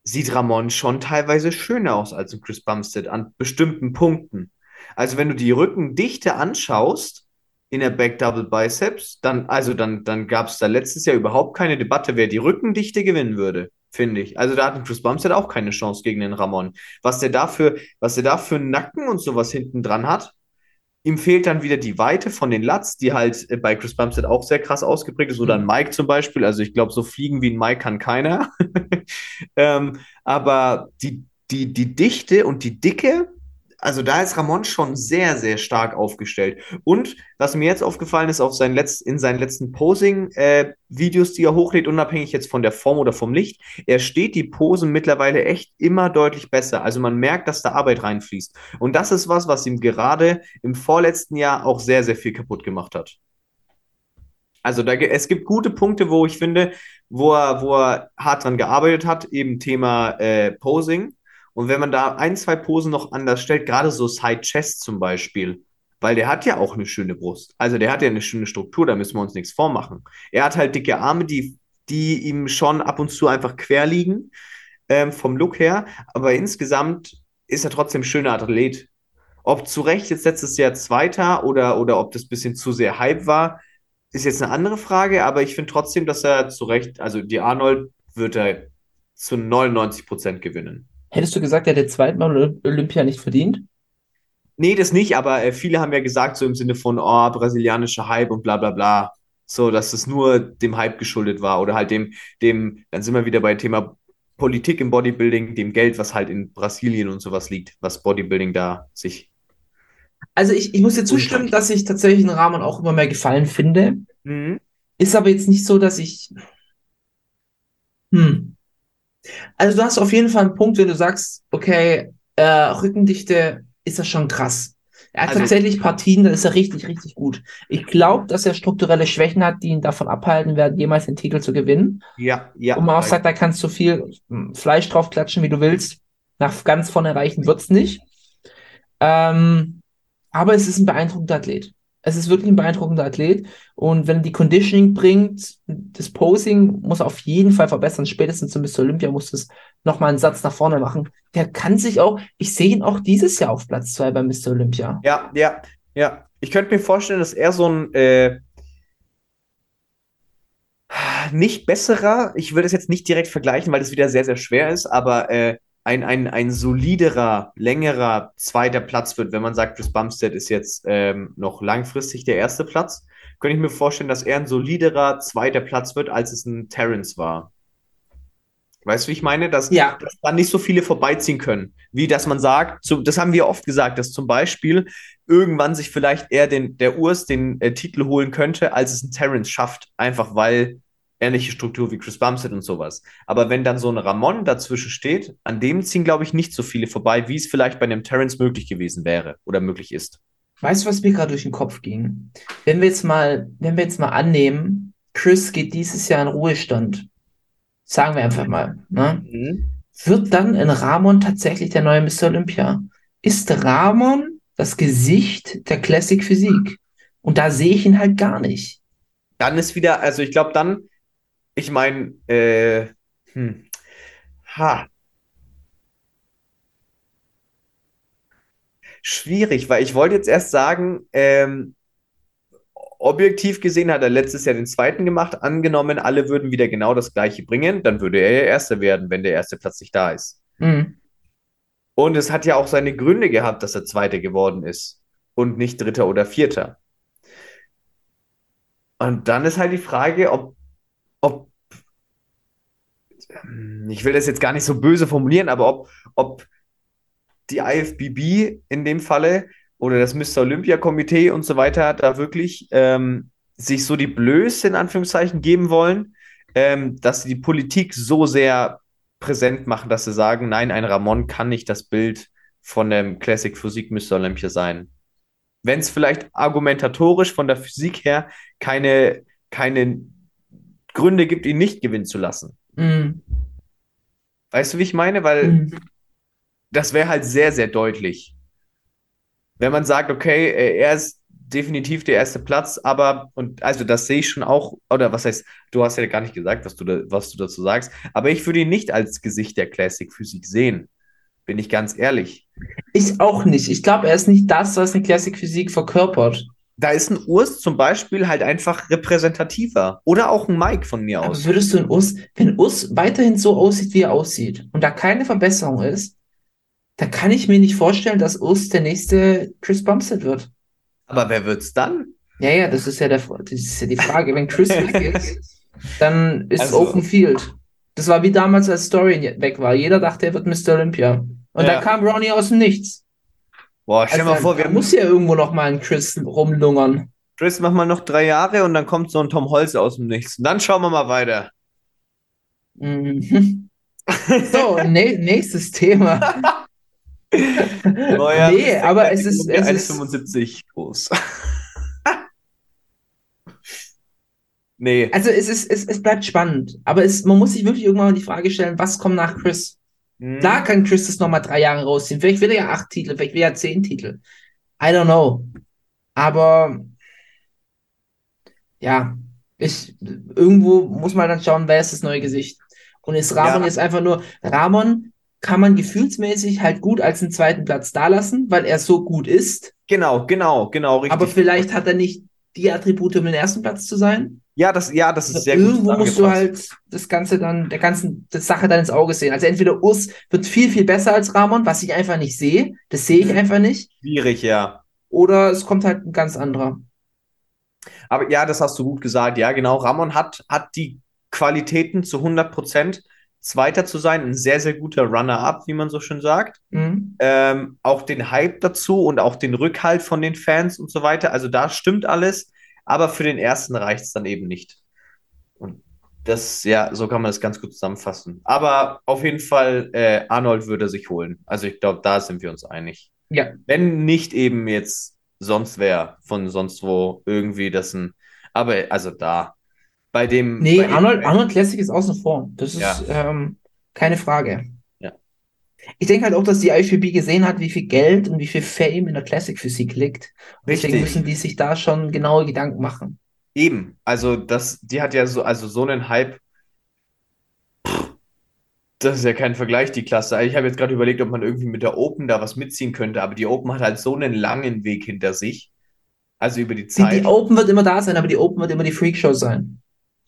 sieht Ramon schon teilweise schöner aus als ein Chris Bumstead an bestimmten Punkten. Also wenn du die Rückendichte anschaust in der Back Double Biceps, dann, also dann, dann gab es da letztes Jahr überhaupt keine Debatte, wer die Rückendichte gewinnen würde, finde ich. Also da hat ein Chris Bumstead auch keine Chance gegen den Ramon. Was der dafür, was der da für einen Nacken und sowas hinten dran hat, ihm fehlt dann wieder die Weite von den Lats, die halt äh, bei Chris Bumstead auch sehr krass ausgeprägt ist, oder ein Mike zum Beispiel. Also ich glaube, so fliegen wie ein Mike kann keiner. ähm, aber die, die, die Dichte und die Dicke, also da ist Ramon schon sehr, sehr stark aufgestellt. Und was mir jetzt aufgefallen ist, auf seinen Letz-, in seinen letzten Posing-Videos, äh, die er hochlädt, unabhängig jetzt von der Form oder vom Licht, er steht die Posen mittlerweile echt immer deutlich besser. Also man merkt, dass da Arbeit reinfließt. Und das ist was, was ihm gerade im vorletzten Jahr auch sehr, sehr viel kaputt gemacht hat. Also da, es gibt gute Punkte, wo ich finde, wo er, wo er hart dran gearbeitet hat, eben Thema äh, Posing. Und wenn man da ein, zwei Posen noch anders stellt, gerade so Side Chest zum Beispiel, weil der hat ja auch eine schöne Brust. Also der hat ja eine schöne Struktur, da müssen wir uns nichts vormachen. Er hat halt dicke Arme, die, die ihm schon ab und zu einfach quer liegen, ähm, vom Look her. Aber insgesamt ist er trotzdem ein schöner Athlet. Ob zu Recht jetzt letztes Jahr Zweiter oder, oder ob das ein bisschen zu sehr Hype war, ist jetzt eine andere Frage. Aber ich finde trotzdem, dass er zu Recht, also die Arnold wird er zu neunundneunzig Prozent gewinnen. Hättest du gesagt, er hätte zweimal Olympia nicht verdient? Nee, das nicht, aber äh, viele haben ja gesagt, so im Sinne von, oh, brasilianischer Hype und bla bla bla. So, dass es nur dem Hype geschuldet war oder halt dem, dem, dann sind wir wieder bei Thema Politik im Bodybuilding, dem Geld, was halt in Brasilien und sowas liegt, was Bodybuilding da sich. Also ich, ich muss dir zustimmen, dass ich tatsächlich den Rahmen auch immer mehr gefallen finde. Mhm. Ist aber jetzt nicht so, dass ich. Hm. Also du hast auf jeden Fall einen Punkt, wenn du sagst, okay, äh, Rückendichte ist das schon krass. Er hat Also- tatsächlich Partien, da ist er richtig, richtig gut. Ich glaube, dass er strukturelle Schwächen hat, die ihn davon abhalten werden, jemals den Titel zu gewinnen. Ja, ja. Und man auch sagt, da kannst du viel hm, Fleisch drauf klatschen, wie du willst. Nach ganz vorne reichen wird's nicht. Ähm, aber es ist ein beeindruckender Athlet. Es ist wirklich ein beeindruckender Athlet. Und wenn er die Conditioning bringt, das Posing muss er auf jeden Fall verbessern. Spätestens zum Mister Olympia muss es nochmal einen Satz nach vorne machen. Der kann sich auch, ich sehe ihn auch dieses Jahr auf Platz zwei beim Mister Olympia. Ja, ja, ja. Ich könnte mir vorstellen, dass er so ein äh, nicht besserer, ich will das jetzt nicht direkt vergleichen, weil das wieder sehr, sehr schwer ist, aber äh, ein, ein, ein soliderer, längerer zweiter Platz wird, wenn man sagt, Chris Bumstead ist jetzt ähm, noch langfristig der erste Platz, könnte ich mir vorstellen, dass er ein soliderer zweiter Platz wird, als es ein Terrence war. Weißt du, wie ich meine? Dass, Ja. dass dann nicht so viele vorbeiziehen können. Wie dass man sagt, so, das haben wir oft gesagt, dass zum Beispiel irgendwann sich vielleicht eher den, der Urs den äh, Titel holen könnte, als es ein Terrence schafft. Einfach weil ähnliche Struktur wie Chris Bumstead und sowas. Aber wenn dann so ein Ramon dazwischen steht, an dem ziehen, glaube ich, nicht so viele vorbei, wie es vielleicht bei einem Terrence möglich gewesen wäre oder möglich ist. Weißt du, was mir gerade durch den Kopf ging? Wenn wir jetzt mal, wenn wir jetzt mal annehmen, Chris geht dieses Jahr in Ruhestand. Sagen wir einfach mal, ne? Mhm. Wird dann ein Ramon tatsächlich der neue Mister Olympia? Ist Ramon das Gesicht der Classic Physik? Und da sehe ich ihn halt gar nicht. Dann ist wieder, also ich glaube dann, ich meine, äh, hm, ha. Schwierig, weil ich wollte jetzt erst sagen, ähm, objektiv gesehen hat er letztes Jahr den zweiten gemacht. Angenommen, alle würden wieder genau das gleiche bringen, dann würde er ja Erster werden, wenn der erste Platz nicht da ist. Mhm. Und es hat ja auch seine Gründe gehabt, dass er Zweiter geworden ist und nicht Dritter oder Vierter. Und dann ist halt die Frage, ob, ob ich will das jetzt gar nicht so böse formulieren, aber ob, ob die I F B B in dem Falle oder das Mister Olympia-Komitee und so weiter da wirklich ähm, sich so die Blöße in Anführungszeichen geben wollen, ähm, dass sie die Politik so sehr präsent machen, dass sie sagen, nein, ein Ramon kann nicht das Bild von dem Classic Physik Mister Olympia sein. Wenn es vielleicht argumentatorisch von der Physik her keine, keine Gründe gibt, ihn nicht gewinnen zu lassen. Mhm. Weißt du, wie ich meine? Weil Mhm. das wäre halt sehr, sehr deutlich. Wenn man sagt, okay, äh, er ist definitiv der erste Platz, aber, und also das sehe ich schon auch, oder was heißt, du hast ja gar nicht gesagt, was du, da, was du dazu sagst, aber ich würde ihn nicht als Gesicht der Classic Physik sehen, bin ich ganz ehrlich. Ich auch nicht. Ich glaube, er ist nicht das, was eine Classic Physik verkörpert. Da ist ein Urs zum Beispiel halt einfach repräsentativer. Oder auch ein Mike von mir Aber aus. würdest du ein Urs, wenn Urs weiterhin so aussieht, wie er aussieht, und da keine Verbesserung ist, dann kann ich mir nicht vorstellen, dass Urs der nächste Chris Bumstead wird. Aber wer wird's dann? Ja, ja, das ist ja, der, das ist ja die Frage. Wenn Chris weg ist, dann ist Also- Open Field. Das war wie damals, als Story weg war. Jeder dachte, er wird Mister Olympia. Und Ja. dann kam Ronnie aus dem Nichts. Boah, stell dir mal Also, vor, wir da haben muss ja irgendwo noch mal ein Chris rumlungern. Chris, mach mal noch drei Jahre und dann kommt so ein Tom Holze aus dem Nichts. Und dann schauen wir mal weiter. Mhm. So, nä- nächstes Thema. Neuer Nee, aber es ist- es ist- eins Komma fünfundsiebzig groß. Nee. Also es ist, es, es bleibt spannend. Aber es, man muss sich wirklich irgendwann mal die Frage stellen, was kommt nach Chris? Hm. Klar kann Chris das nochmal drei Jahre rausziehen. Vielleicht will er ja acht Titel, vielleicht will er ja zehn Titel. I don't know. Aber ja, ich, irgendwo muss man dann schauen, wer ist das neue Gesicht. Und ist Ramon Ja. jetzt einfach nur, Ramon kann man gefühlsmäßig halt gut als einen zweiten Platz dalassen, weil er so gut ist. Genau, genau, genau, richtig. Aber vielleicht hat er nicht die Attribute, um den ersten Platz zu sein. Ja, das, ja, das ist sehr gut Irgendwo musst du zusammengefasst. halt das Ganze dann, der ganzen das Sache dann ins Auge sehen. Also entweder Urs wird viel, viel besser als Ramon, was ich einfach nicht sehe. Das sehe ich Mhm. einfach nicht. Schwierig, ja. Oder es kommt halt ein ganz anderer. Aber ja, das hast du gut gesagt. Ja, genau. Ramon hat, hat die Qualitäten zu hundert Prozent Zweiter zu sein. Ein sehr, sehr guter Runner-up, wie man so schön sagt. Mhm. Ähm, auch den Hype dazu und auch den Rückhalt von den Fans und so weiter. Also da stimmt alles. Aber für den ersten reicht es dann eben nicht. Und das, ja, so kann man das ganz gut zusammenfassen. Aber auf jeden Fall, äh, Arnold würde sich holen. Also ich glaube, da sind wir uns einig. Ja. Wenn nicht eben jetzt sonst wer von sonst wo irgendwie das ein. Aber also da. Bei dem. Nee, bei dem- Arnold, Arnold Classic ist außen vor. Das ist Ja. ähm, keine Frage. Ja. Ich denke halt auch, dass die I F B B gesehen hat, wie viel Geld und wie viel Fame in der Classic Physik liegt. Und deswegen Richtig. müssen die sich da schon genaue Gedanken machen. Eben. Also das, die hat ja so, also so einen Hype. Pff, Das ist ja kein Vergleich, die Klasse. Ich habe jetzt gerade überlegt, ob man irgendwie mit der Open da was mitziehen könnte, aber die Open hat halt so einen langen Weg hinter sich. Also über die Die, Zeit. die Open wird immer da sein, aber die Open wird immer die Freakshow sein.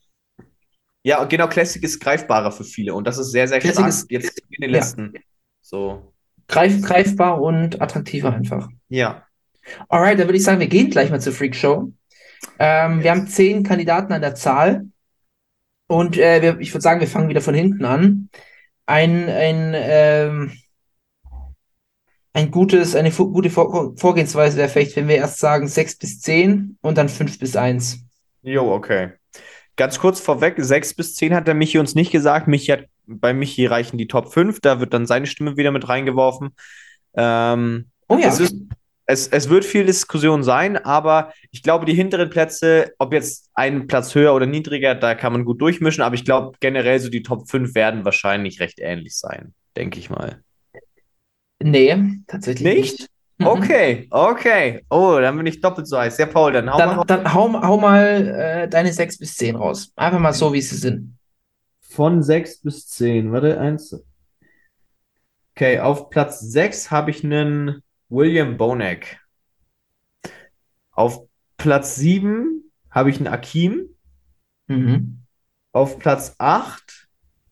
Ja, und genau, Classic ist greifbarer für viele und das ist sehr, sehr Classic stark ist- jetzt in den ja. letzten. So, Greif, greifbar und attraktiver einfach. ja. Alright, dann würde ich sagen, wir gehen gleich mal zur Freakshow. Ähm, Yes. Wir haben zehn Kandidaten an der Zahl. Und äh, wir, ich würde sagen, wir fangen wieder von hinten an. Ein, ein, ähm, ein gutes, eine fu- gute Vor Vorgehensweise wäre vielleicht, wenn wir erst sagen sechs bis zehn und dann fünf bis eins. Jo, okay. Ganz kurz vorweg, sechs bis zehn hat der Michi uns nicht gesagt. Michi hat, bei Michi reichen die Top fünf, da wird dann seine Stimme wieder mit reingeworfen. Ähm, Oh ja. es, ist, es, es wird viel Diskussion sein, aber ich glaube, die hinteren Plätze, ob jetzt ein Platz höher oder niedriger, da kann man gut durchmischen, aber ich glaube, generell so die Top fünf werden wahrscheinlich recht ähnlich sein, denke ich mal. Nee, tatsächlich Nicht? nicht. Mhm. Okay, okay. Oh, dann bin ich doppelt so heiß. Ja, Paul, dann hau mal Dann, raus. dann hau, hau mal äh, deine sechs bis zehn raus. Einfach mal so, wie sie sind. Von sechs bis zehn. Warte, eins. Okay, auf Platz sechs habe ich einen William Bonek. Auf Platz sieben habe ich einen Akeem. Mhm. Auf Platz acht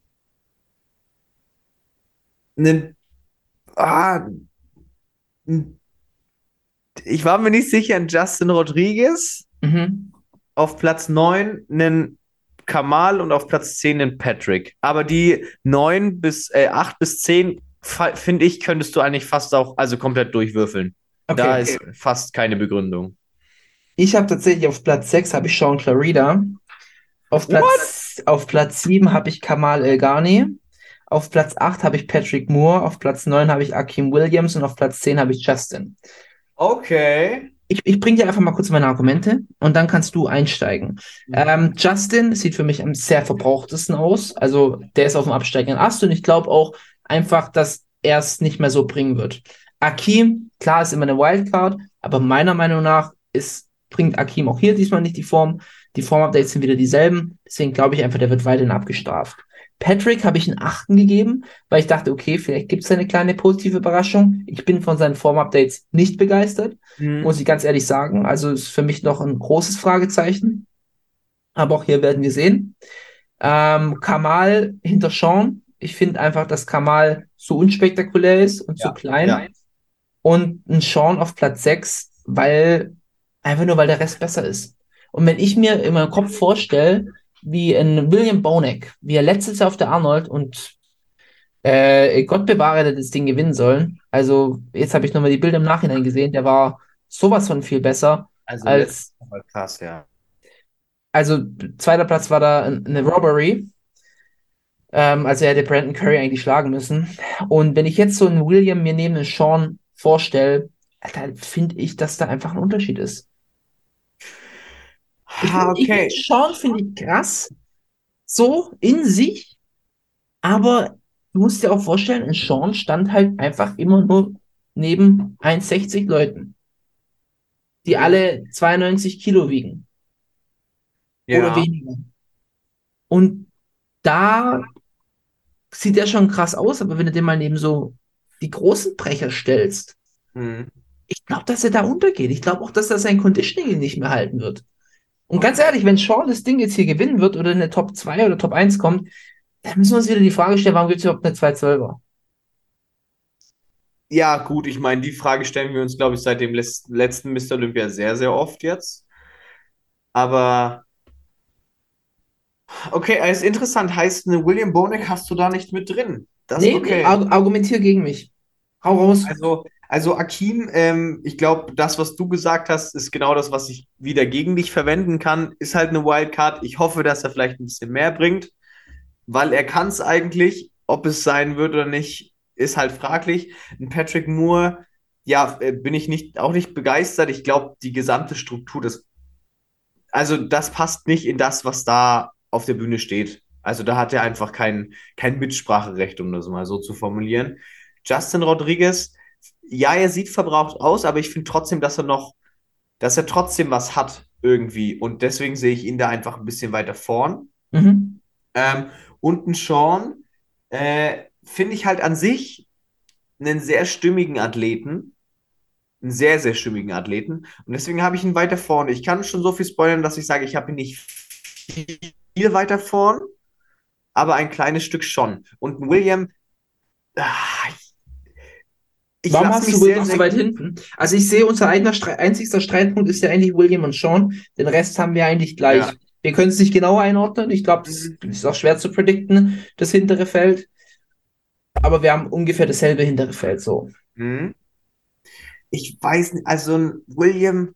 einen. Ah, n- ich war mir nicht sicher, einen Justin Rodriguez. Mhm. Auf Platz neun einen Kamal und auf Platz zehn einen Patrick. Aber die neun bis äh, acht bis zehn, fa- finde ich, könntest du eigentlich fast auch also komplett durchwürfeln. Okay. Da ist fast keine Begründung. Ich habe tatsächlich auf Platz sechs habe ich Sean Clarida. Auf Platz, auf Platz sieben habe ich Kamal El-Ghani. Auf Platz acht habe ich Patrick Moore. Auf Platz neun habe ich Akeem Williams. Und auf Platz zehn habe ich Justin. Okay. Ich, ich bringe dir einfach mal kurz meine Argumente und dann kannst du einsteigen. Ähm, Justin sieht für mich am sehr verbrauchtesten aus. Also der ist auf dem absteigenden Ast und ich glaube auch einfach, dass er es nicht mehr so bringen wird. Akeem, klar, ist immer eine Wildcard, aber meiner Meinung nach es bringt Akeem auch hier diesmal nicht die Form. Die Form-Updates sind wieder dieselben. Deswegen glaube ich einfach, der wird weiterhin abgestraft. Patrick habe ich einen Achten gegeben, weil ich dachte, okay, vielleicht gibt es eine kleine positive Überraschung. Ich bin von seinen Form-Updates nicht begeistert, Mhm. muss ich ganz ehrlich sagen. Also ist für mich noch ein großes Fragezeichen. Aber auch hier werden wir sehen. Ähm, Kamal hinter Sean. Ich finde einfach, dass Kamal so unspektakulär ist und so Ja. klein. Ja. Und ein Sean auf Platz sechs, weil einfach nur, weil der Rest besser ist. Und wenn ich mir in meinem Kopf vorstelle, wie ein William Bonek, wie er letztes Jahr auf der Arnold und äh, Gott bewahre, der das Ding gewinnen sollen. Also, jetzt habe ich nochmal die Bilder im Nachhinein gesehen, der war sowas von viel besser Also als, letztes Mal krass, ja. also zweiter Platz war da ein- eine Robbery. Ähm, also er hätte Brandon Curry eigentlich schlagen müssen. Und wenn ich jetzt so einen William mir neben einen Sean vorstelle, dann finde ich, dass da einfach ein Unterschied ist. Ich Ah, finde, ich okay. find Sean finde ich krass, so in sich, aber du musst dir auch vorstellen, ein Sean stand halt einfach immer nur neben eins Komma sechzig Leuten, die Mhm. alle zweiundneunzig Kilo wiegen oder Ja. weniger. Und da sieht er schon krass aus, aber wenn du den mal neben so die großen Brecher stellst, Mhm. ich glaube, dass er da untergeht. Ich glaube auch, dass er sein Conditioning nicht mehr halten wird. Und ganz ehrlich, wenn Sean das Ding jetzt hier gewinnen wird oder in eine Top zwei oder Top eins kommt, dann müssen wir uns wieder die Frage stellen, warum gibt es überhaupt eine zwei zwölfer? Ja, gut, ich meine, die Frage stellen wir uns, glaube ich, seit dem les- letzten Mister Olympia sehr, sehr oft jetzt. Aber okay, es ist interessant, heißt, eine William Bonek hast du da nicht mit drin. Das Nee, nee, okay. arg argumentier gegen mich. Hau raus. Also, also Akeem, ähm, ich glaube, das, was du gesagt hast, ist genau das, was ich wieder gegen dich verwenden kann. Ist halt eine Wildcard. Ich hoffe, dass er vielleicht ein bisschen mehr bringt, weil er kann es eigentlich. Ob es sein wird oder nicht, ist halt fraglich. Ein Patrick Moore, ja, äh, bin ich nicht, auch nicht begeistert. Ich glaube, die gesamte Struktur, das, also das passt nicht in das, was da auf der Bühne steht. Also da hat er einfach kein, kein Mitspracherecht, um das mal so zu formulieren. Justin Rodriguez, ja, er sieht verbraucht aus, aber ich finde trotzdem, dass er noch, dass er trotzdem was hat irgendwie. Und deswegen sehe ich ihn da einfach ein bisschen weiter vorn. Mhm. Ähm, und ein Sean äh, finde ich halt an sich einen sehr stimmigen Athleten. Einen sehr, sehr stimmigen Athleten. Und deswegen habe ich ihn weiter vorne. Ich kann schon so viel spoilern, dass ich sage, ich habe ihn nicht viel weiter vorn, aber ein kleines Stück schon. Und ein William, ah, ich Warum lasse hast mich du sehr, William so sehr. weit hinten? Also ich sehe, unser eigener Stre einzigster Streitpunkt ist ja eigentlich William und Sean. Den Rest haben wir eigentlich gleich. Ja. Wir können es nicht genau einordnen. Ich glaube, es Mhm. ist auch schwer zu predikten, das hintere Feld. Aber wir haben ungefähr dasselbe hintere Feld so. Mhm. Ich weiß nicht, also ein William,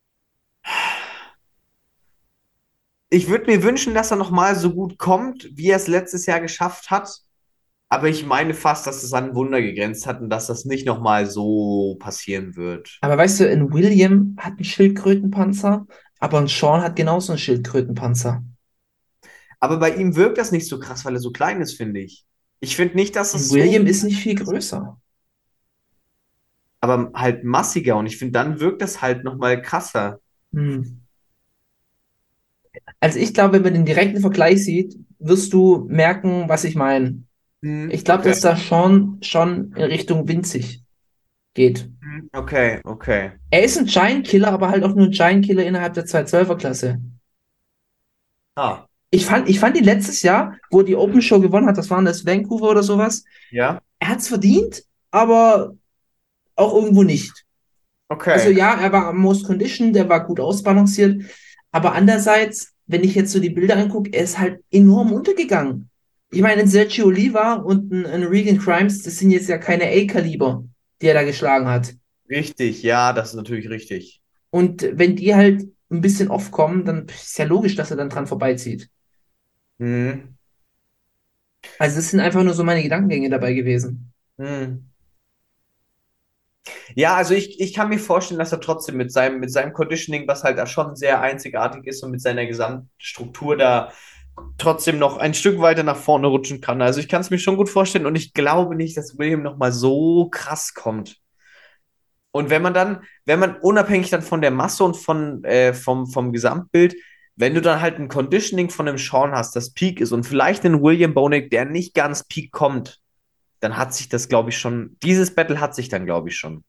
ich würde mir wünschen, dass er nochmal so gut kommt, wie er es letztes Jahr geschafft hat. Aber ich meine fast, dass es an ein Wunder gegrenzt hat und dass das nicht nochmal so passieren wird. Aber weißt du, ein William hat einen Schildkrötenpanzer, aber ein Sean hat genauso einen Schildkrötenpanzer. Aber bei ihm wirkt das nicht so krass, weil er so klein ist, finde ich. Ich finde nicht, dass Ein es William so, ist nicht viel größer. aber halt massiger und ich finde, dann wirkt das halt nochmal krasser. Hm. Also ich glaube, wenn man den direkten Vergleich sieht, wirst du merken, was ich meine. Hm, Ich glaube, okay. dass da schon, schon in Richtung winzig geht. Hm, okay, okay. Er ist ein Giant Killer, aber halt auch nur ein Giant Killer innerhalb der zwei zwölfer Klasse. Ah, Ich fand, ich fand ihn letztes Jahr, wo er die Open Show gewonnen hat, das waren das Vancouver oder sowas, ja, er hat es verdient, aber auch irgendwo nicht. okay. Also ja, er war am Most Condition, der war gut ausbalanciert, aber andererseits, wenn ich jetzt so die Bilder angucke, er ist halt enorm untergegangen. Ich meine, ein Sergio Oliva und ein, ein Regan Grimes, das sind jetzt ja keine A-Kaliber, die er da geschlagen hat. Richtig, ja, das ist natürlich richtig. Und wenn die halt ein bisschen off kommen, dann ist ja logisch, dass er dann dran vorbeizieht. Hm, Also das sind einfach nur so meine Gedankengänge dabei gewesen. hm. Ja, also ich, ich kann mir vorstellen, dass er trotzdem mit seinem, mit seinem Conditioning, was halt da schon sehr einzigartig ist und mit seiner Gesamtstruktur da trotzdem noch ein Stück weiter nach vorne rutschen kann. Also ich kann es mir schon gut vorstellen und ich glaube nicht, dass William nochmal so krass kommt. Und wenn man dann, wenn man unabhängig dann von der Masse und von, äh, vom, vom Gesamtbild, wenn du dann halt ein Conditioning von einem Sean hast, das Peak ist und vielleicht einen William Bonig, der nicht ganz Peak kommt, dann hat sich das, glaube ich, schon, dieses Battle hat sich dann, glaube ich, schon.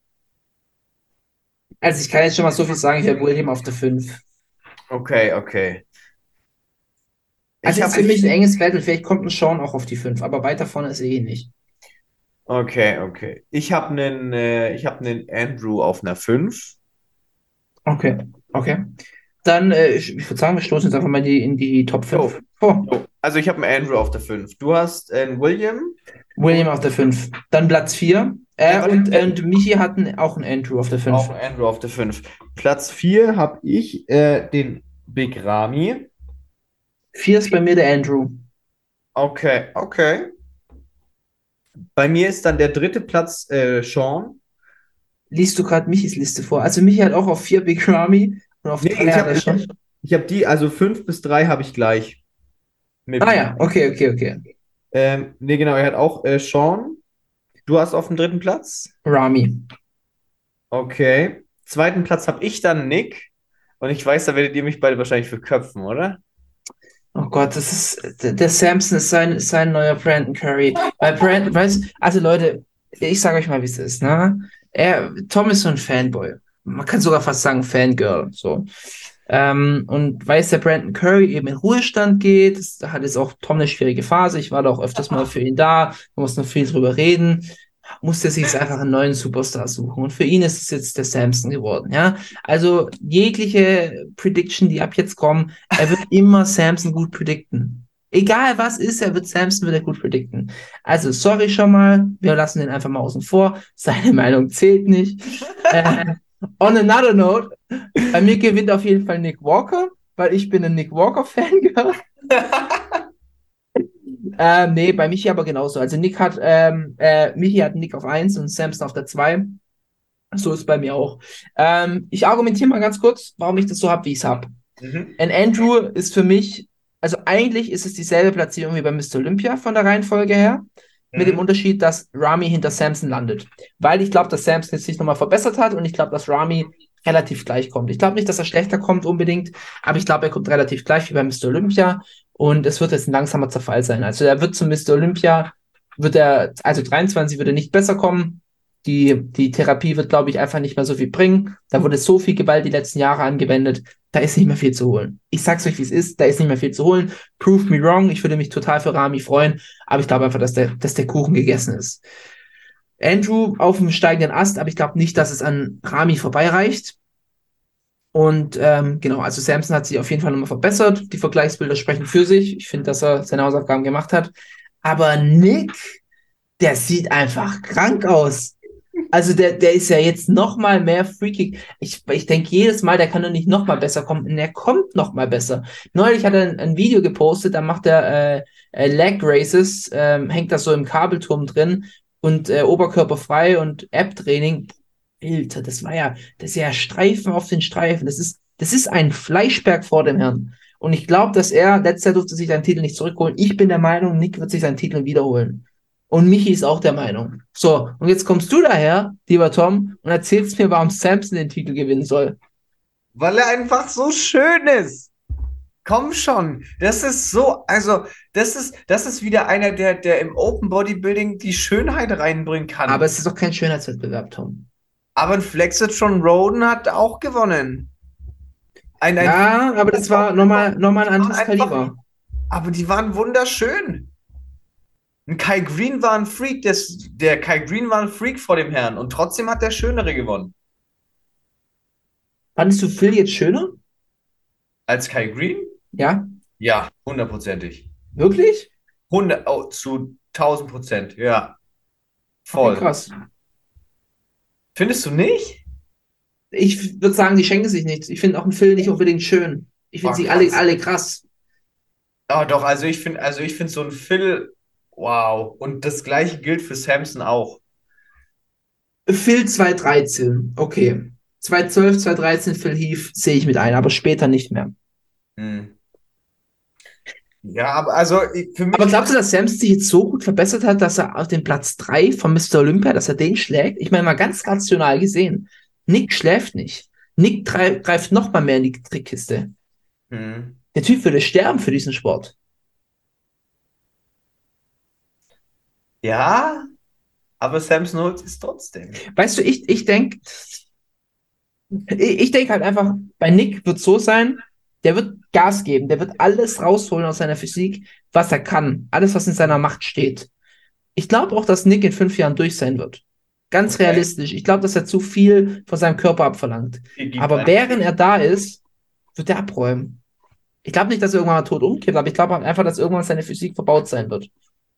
Also ich kann jetzt schon mal so viel sagen, ich habe William auf der fünf. Okay, okay. Also Ich es ist hab- für mich ein enges Battle, vielleicht kommt ein Sean auch auf die fünf, aber weiter vorne ist er eh nicht. Okay, okay. Ich habe einen, äh, ich habe einen Andrew auf einer fünf. Okay, okay. Dann, äh, ich, ich würde sagen, wir stoßen jetzt einfach mal die, in die Top fünf. Oh. Oh, Also ich habe einen Andrew auf der fünf. Du hast einen William. William auf der fünf. Dann Platz vier. Äh, Ja, warte. und, und Michi hat einen, auch einen Andrew auf der fünf. Auch einen Andrew auf der fünf. Platz vier habe ich äh, den Big Ramy. Vier ist bei mir der Andrew. Okay, okay. Bei mir ist dann der dritte Platz äh, Sean. Liest du gerade Michis Liste vor? Also Michi hat auch auf vier Big Ramy und auf Nee, drei ich hat habe er ich schon. hab, ich hab die, also fünf bis drei habe ich gleich. Mit Ah ja, okay, okay, okay. Ähm, nee, genau, er hat auch äh, Sean. Du hast auf dem dritten Platz. Ramy. Okay. Zweiten Platz habe ich dann Nick. Und ich weiß, da werdet ihr mich beide wahrscheinlich für köpfen, oder? Oh Gott, das ist, der, der Samson ist sein, ist sein neuer Brandon Curry. Weil Brandon, weißt, also Leute, ich sage euch mal, wie es ist, ne? Er, Tom ist so ein Fanboy. Man kann sogar fast sagen Fangirl, so. Ähm, und weiß der Brandon Curry eben in Ruhestand geht, das, da hat jetzt auch Tom eine schwierige Phase. Ich war da auch öfters mal für ihn da, man muss noch viel drüber reden. Musste sich jetzt einfach einen neuen Superstar suchen. Und für ihn ist es jetzt der Samson geworden, ja. Also jegliche Prediction, die ab jetzt kommen, er wird immer Samson gut predikten. Egal was ist, er wird Samson wird er gut predikten. Also sorry schon mal, wir lassen den einfach mal außen vor. Seine Meinung zählt nicht. äh, on another note, bei mir gewinnt auf jeden Fall Nick Walker, weil ich bin ein Nick Walker-Fan. Ähm, nee, bei Michi aber genauso. Also Nick hat, ähm, äh, Michi hat Nick auf eins und Samson auf der zwei. So ist es bei mir auch. Ähm, ich argumentiere mal ganz kurz, warum ich das so habe, wie ich es habe. Mhm. Ein Andrew ist für mich, also eigentlich ist es dieselbe Platzierung wie bei Mister Olympia von der Reihenfolge her, mit dem Unterschied, dass Ramy hinter Samson landet. Weil ich glaube, dass Samson jetzt sich nochmal verbessert hat und ich glaube, dass Ramy relativ gleich kommt. Ich glaube nicht, dass er schlechter kommt unbedingt, aber ich glaube, er kommt relativ gleich wie bei Mister Olympia und es wird jetzt ein langsamer Zerfall sein. Also er wird zum Mister Olympia, wird er, also dreiundzwanzig würde nicht besser kommen. Die, die Therapie wird, glaube ich, einfach nicht mehr so viel bringen. Da wurde so viel Gewalt die letzten Jahre angewendet. Da ist nicht mehr viel zu holen. Ich sag's euch, wie es ist. Da ist nicht mehr viel zu holen. Prove me wrong. Ich würde mich total für Ramy freuen. Aber ich glaube einfach, dass der, dass der Kuchen gegessen ist. Andrew auf dem steigenden Ast, aber ich glaube nicht, dass es an Ramy vorbeireicht. Und ähm, genau, also Samson hat sich auf jeden Fall nochmal verbessert. Die Vergleichsbilder sprechen für sich. Ich finde, dass er seine Hausaufgaben gemacht hat. Aber Nick, der sieht einfach krank aus. Also der, der ist ja jetzt noch mal mehr Freaky. Ich, ich denke jedes Mal, der kann doch nicht noch mal besser kommen. Und er kommt noch mal besser. Neulich hat er ein, ein Video gepostet, da macht er äh, äh, Leg Races, äh, hängt das so im Kabelturm drin und äh, Oberkörper frei und App-Training. Alter, das war ja, das ist ja Streifen auf den Streifen. Das ist, das ist ein Fleischberg vor dem Herrn. Und ich glaube, dass er, letztes Jahr durfte sich seinen Titel nicht zurückholen. Ich bin der Meinung, Nick wird sich seinen Titel wiederholen. Und Michi ist auch der Meinung. So, und jetzt kommst du daher, lieber Tom, und erzählst mir, warum Samson den Titel gewinnen soll. Weil er einfach so schön ist. Komm schon. Das ist so, also, das ist, das ist wieder einer, der, der im Open Bodybuilding die Schönheit reinbringen kann. Aber es ist doch kein Schönheitswettbewerb, Tom. Aber ein Flexitron Roden hat auch gewonnen. Ein, ein Ja, aber das war nochmal noch mal ein anderes Einfach- Kaliber. Aber die waren wunderschön. Ein Kai Green war ein Freak, des, der Kai Green war ein Freak vor dem Herrn und trotzdem hat der Schönere gewonnen. Fandest du Phil jetzt schöner? Als Kai Green? Ja, Ja, hundertprozentig. wirklich? hundert, oh, zu tausend Prozent, ja. Okay, Voll. krass. Findest du nicht? Ich würde sagen, die schenken sich nichts. Ich finde auch einen Phil nicht unbedingt schön. Ich finde Oh, sie alle, krass. alle krass. Oh, doch, also ich finde, also ich finde so ein Phil, wow. Und das gleiche gilt für Samson auch. Phil zwanzig dreizehn, okay. zwanzig zwölf, zwanzig dreizehn, Phil Heath sehe ich mit ein, aber später nicht mehr. Hm. Ja, aber also ich- für mich. Aber glaubst du, dass Samson sich jetzt so gut verbessert hat, dass er auf den Platz drei von Mister Olympia, dass er den schlägt? Ich meine mal ganz rational gesehen. Nick schläft nicht. Nick drei- greift noch mal mehr in die Trickkiste. Hm. Der Typ würde sterben für diesen Sport. Ja, aber Samson holt es trotzdem. Weißt du, ich, ich denke, ich, ich denke halt einfach, bei Nick wird es so sein, der wird Gas geben, der wird alles rausholen aus seiner Physik, was er kann, alles, was in seiner Macht steht. Ich glaube auch, dass Nick in fünf Jahren durch sein wird. Ganz Okay. realistisch. Ich glaube, dass er zu viel von seinem Körper abverlangt. Ihr gebt Aber einfach- während er da ist, wird er abräumen. Ich glaube nicht, dass er irgendwann mal tot umkippt, aber ich glaube einfach, dass irgendwann seine Physik verbaut sein wird.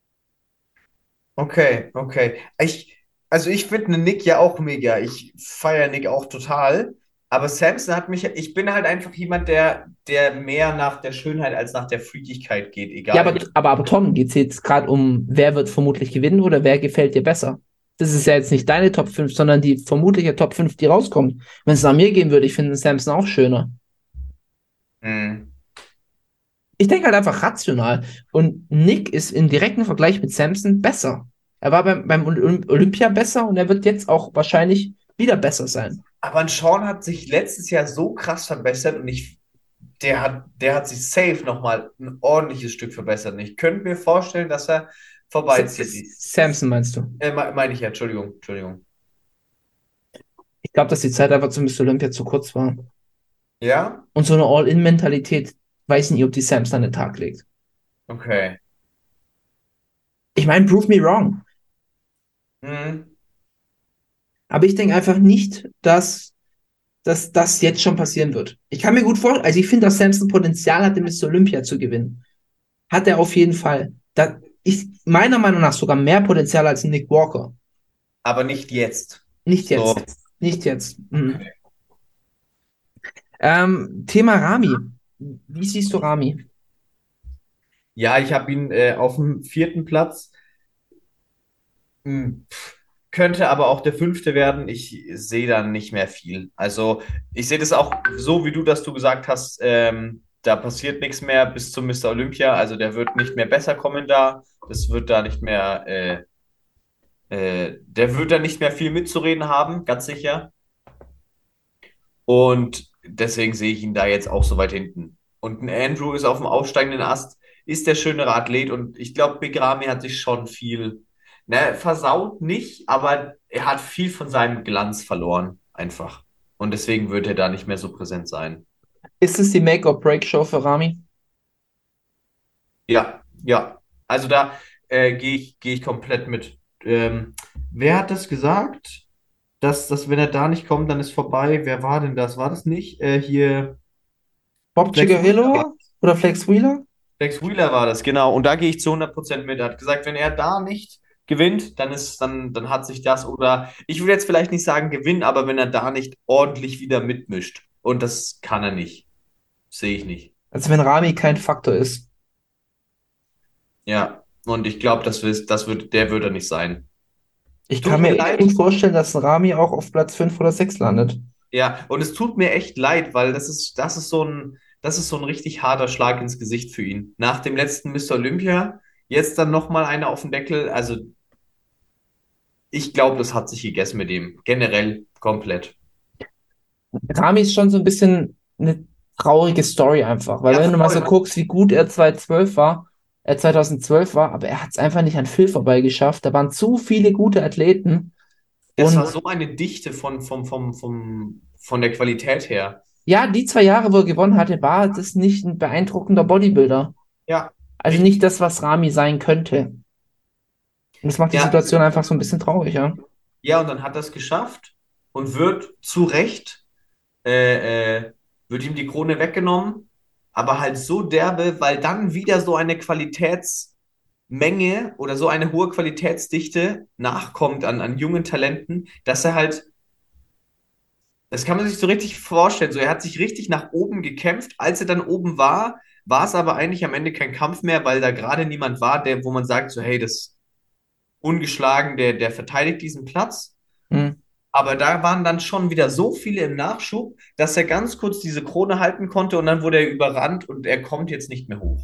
Okay, okay. Ich, also ich finde Nick ja auch mega. Ich feiere Nick auch total. Aber Samson hat mich, ich bin halt einfach jemand, der, der mehr nach der Schönheit als nach der Freakigkeit geht, egal. Ja, aber, aber, aber Tom, geht es jetzt gerade um, wer wird vermutlich gewinnen oder wer gefällt dir besser? Das ist ja jetzt nicht deine Top fünf, sondern die vermutliche Top fünf, die rauskommt. Wenn es nach mir gehen würde, ich finde Samson auch schöner. Hm. Ich denke halt einfach rational. Und Nick ist im direkten Vergleich mit Samson besser. Er war beim, beim Olymp- Olympia besser und er wird jetzt auch wahrscheinlich wieder besser sein. Aber ein Sean hat sich letztes Jahr so krass verbessert und ich, der hat, der hat sich safe nochmal ein ordentliches Stück verbessert. Und ich könnte mir vorstellen, dass er vorbeizieht. Samson meinst du? Äh, me- meine ich ja, Entschuldigung, Entschuldigung. Ich glaube, dass die Zeit einfach zu Mister Olympia zu kurz war. Ja? Und so eine All-In-Mentalität, weiß nicht, ob die Samson an den Tag legt. Okay. Ich meine, prove me wrong. Hm. Aber ich denke einfach nicht, dass, dass das jetzt schon passieren wird. Ich kann mir gut vorstellen, also ich finde, dass Samson Potenzial hat, den Mister Olympia zu gewinnen. Hat er auf jeden Fall. Da ist meiner Meinung nach sogar mehr Potenzial als Nick Walker. Aber nicht jetzt. Nicht jetzt. So. Nicht jetzt. Mhm. Ähm, Thema Rami. Wie siehst du Rami? Ja, ich habe ihn äh, auf dem vierten Platz. Hm, pff, könnte aber auch der fünfte werden. Ich sehe da nicht mehr viel. Also ich sehe das auch so, wie du, dass du gesagt hast, ähm, da passiert nichts mehr bis zum Mister Olympia. Also der wird nicht mehr besser kommen da. Das wird da nicht mehr, äh, äh, der wird da nicht mehr viel mitzureden haben, ganz sicher. Und deswegen sehe ich ihn da jetzt auch so weit hinten. Und ein Andrew ist auf dem aufsteigenden Ast, ist der schönere Athlet und ich glaube, Big Ramy hat sich schon viel, ne, versaut nicht, aber er hat viel von seinem Glanz verloren, einfach. Und deswegen wird er da nicht mehr so präsent sein. Ist es die Make-or-Break-Show für Rami? Ja, ja. Also da äh, gehe ich, gehe ich komplett mit. Ähm, wer hat das gesagt? Dass, dass, wenn er da nicht kommt, dann ist vorbei. Wer war denn das? War das nicht? Äh, hier. Bob Flex Cigarillo Wheeler. oder Flex Wheeler? Flex Wheeler war das, genau. Und da gehe ich zu hundert Prozent mit. Er hat gesagt, wenn er da nicht gewinnt, dann ist, dann, dann hat sich das, oder ich will jetzt vielleicht nicht sagen gewinnen, aber wenn er da nicht ordentlich wieder mitmischt. Und das kann er nicht. Sehe ich nicht. Also wenn Rami kein Faktor ist. Ja. Und ich glaube, das, wird- das wird, der wird er nicht sein. Ich Tut kann mir mir leid. gut vorstellen, dass ein Rami auch auf Platz fünf oder sechs landet. Ja, und es tut mir echt leid, weil das ist, das ist so ein, das ist so ein richtig harter Schlag ins Gesicht für ihn. Nach dem letzten Mister Olympia, jetzt dann nochmal einer auf den Deckel. Also, ich glaube, das hat sich gegessen mit ihm. Generell komplett. Rami ist schon so ein bisschen eine traurige Story einfach, weil Ja, wenn du mal so voll. guckst, wie gut er zweitausendzwölf war, äh, zweitausendzwölf war, aber er hat es einfach nicht an Phil vorbei geschafft. Da waren zu viele gute Athleten. Das Und war so eine Dichte von, vom, vom, vom, von der Qualität her. ja, die zwei Jahre, wo er gewonnen hatte, war das nicht ein beeindruckender Bodybuilder. Ja. Also nicht das, was Rami sein könnte. Und das macht die Ja. Situation einfach so ein bisschen traurig, ja. Ja, und dann hat er es geschafft und wird zu Recht, äh, äh, wird ihm die Krone weggenommen, aber halt so derbe, weil dann wieder so eine Qualitätsmenge oder so eine hohe Qualitätsdichte nachkommt an, an jungen Talenten, dass er halt, das kann man sich so richtig vorstellen, so er hat sich richtig nach oben gekämpft, als er dann oben war, war es aber eigentlich am Ende kein Kampf mehr, weil da gerade niemand war, der, wo man sagt, so hey, das ungeschlagen, der, der verteidigt diesen Platz. Hm. Aber da waren dann schon wieder so viele im Nachschub, dass er ganz kurz diese Krone halten konnte und dann wurde er überrannt und er kommt jetzt nicht mehr hoch.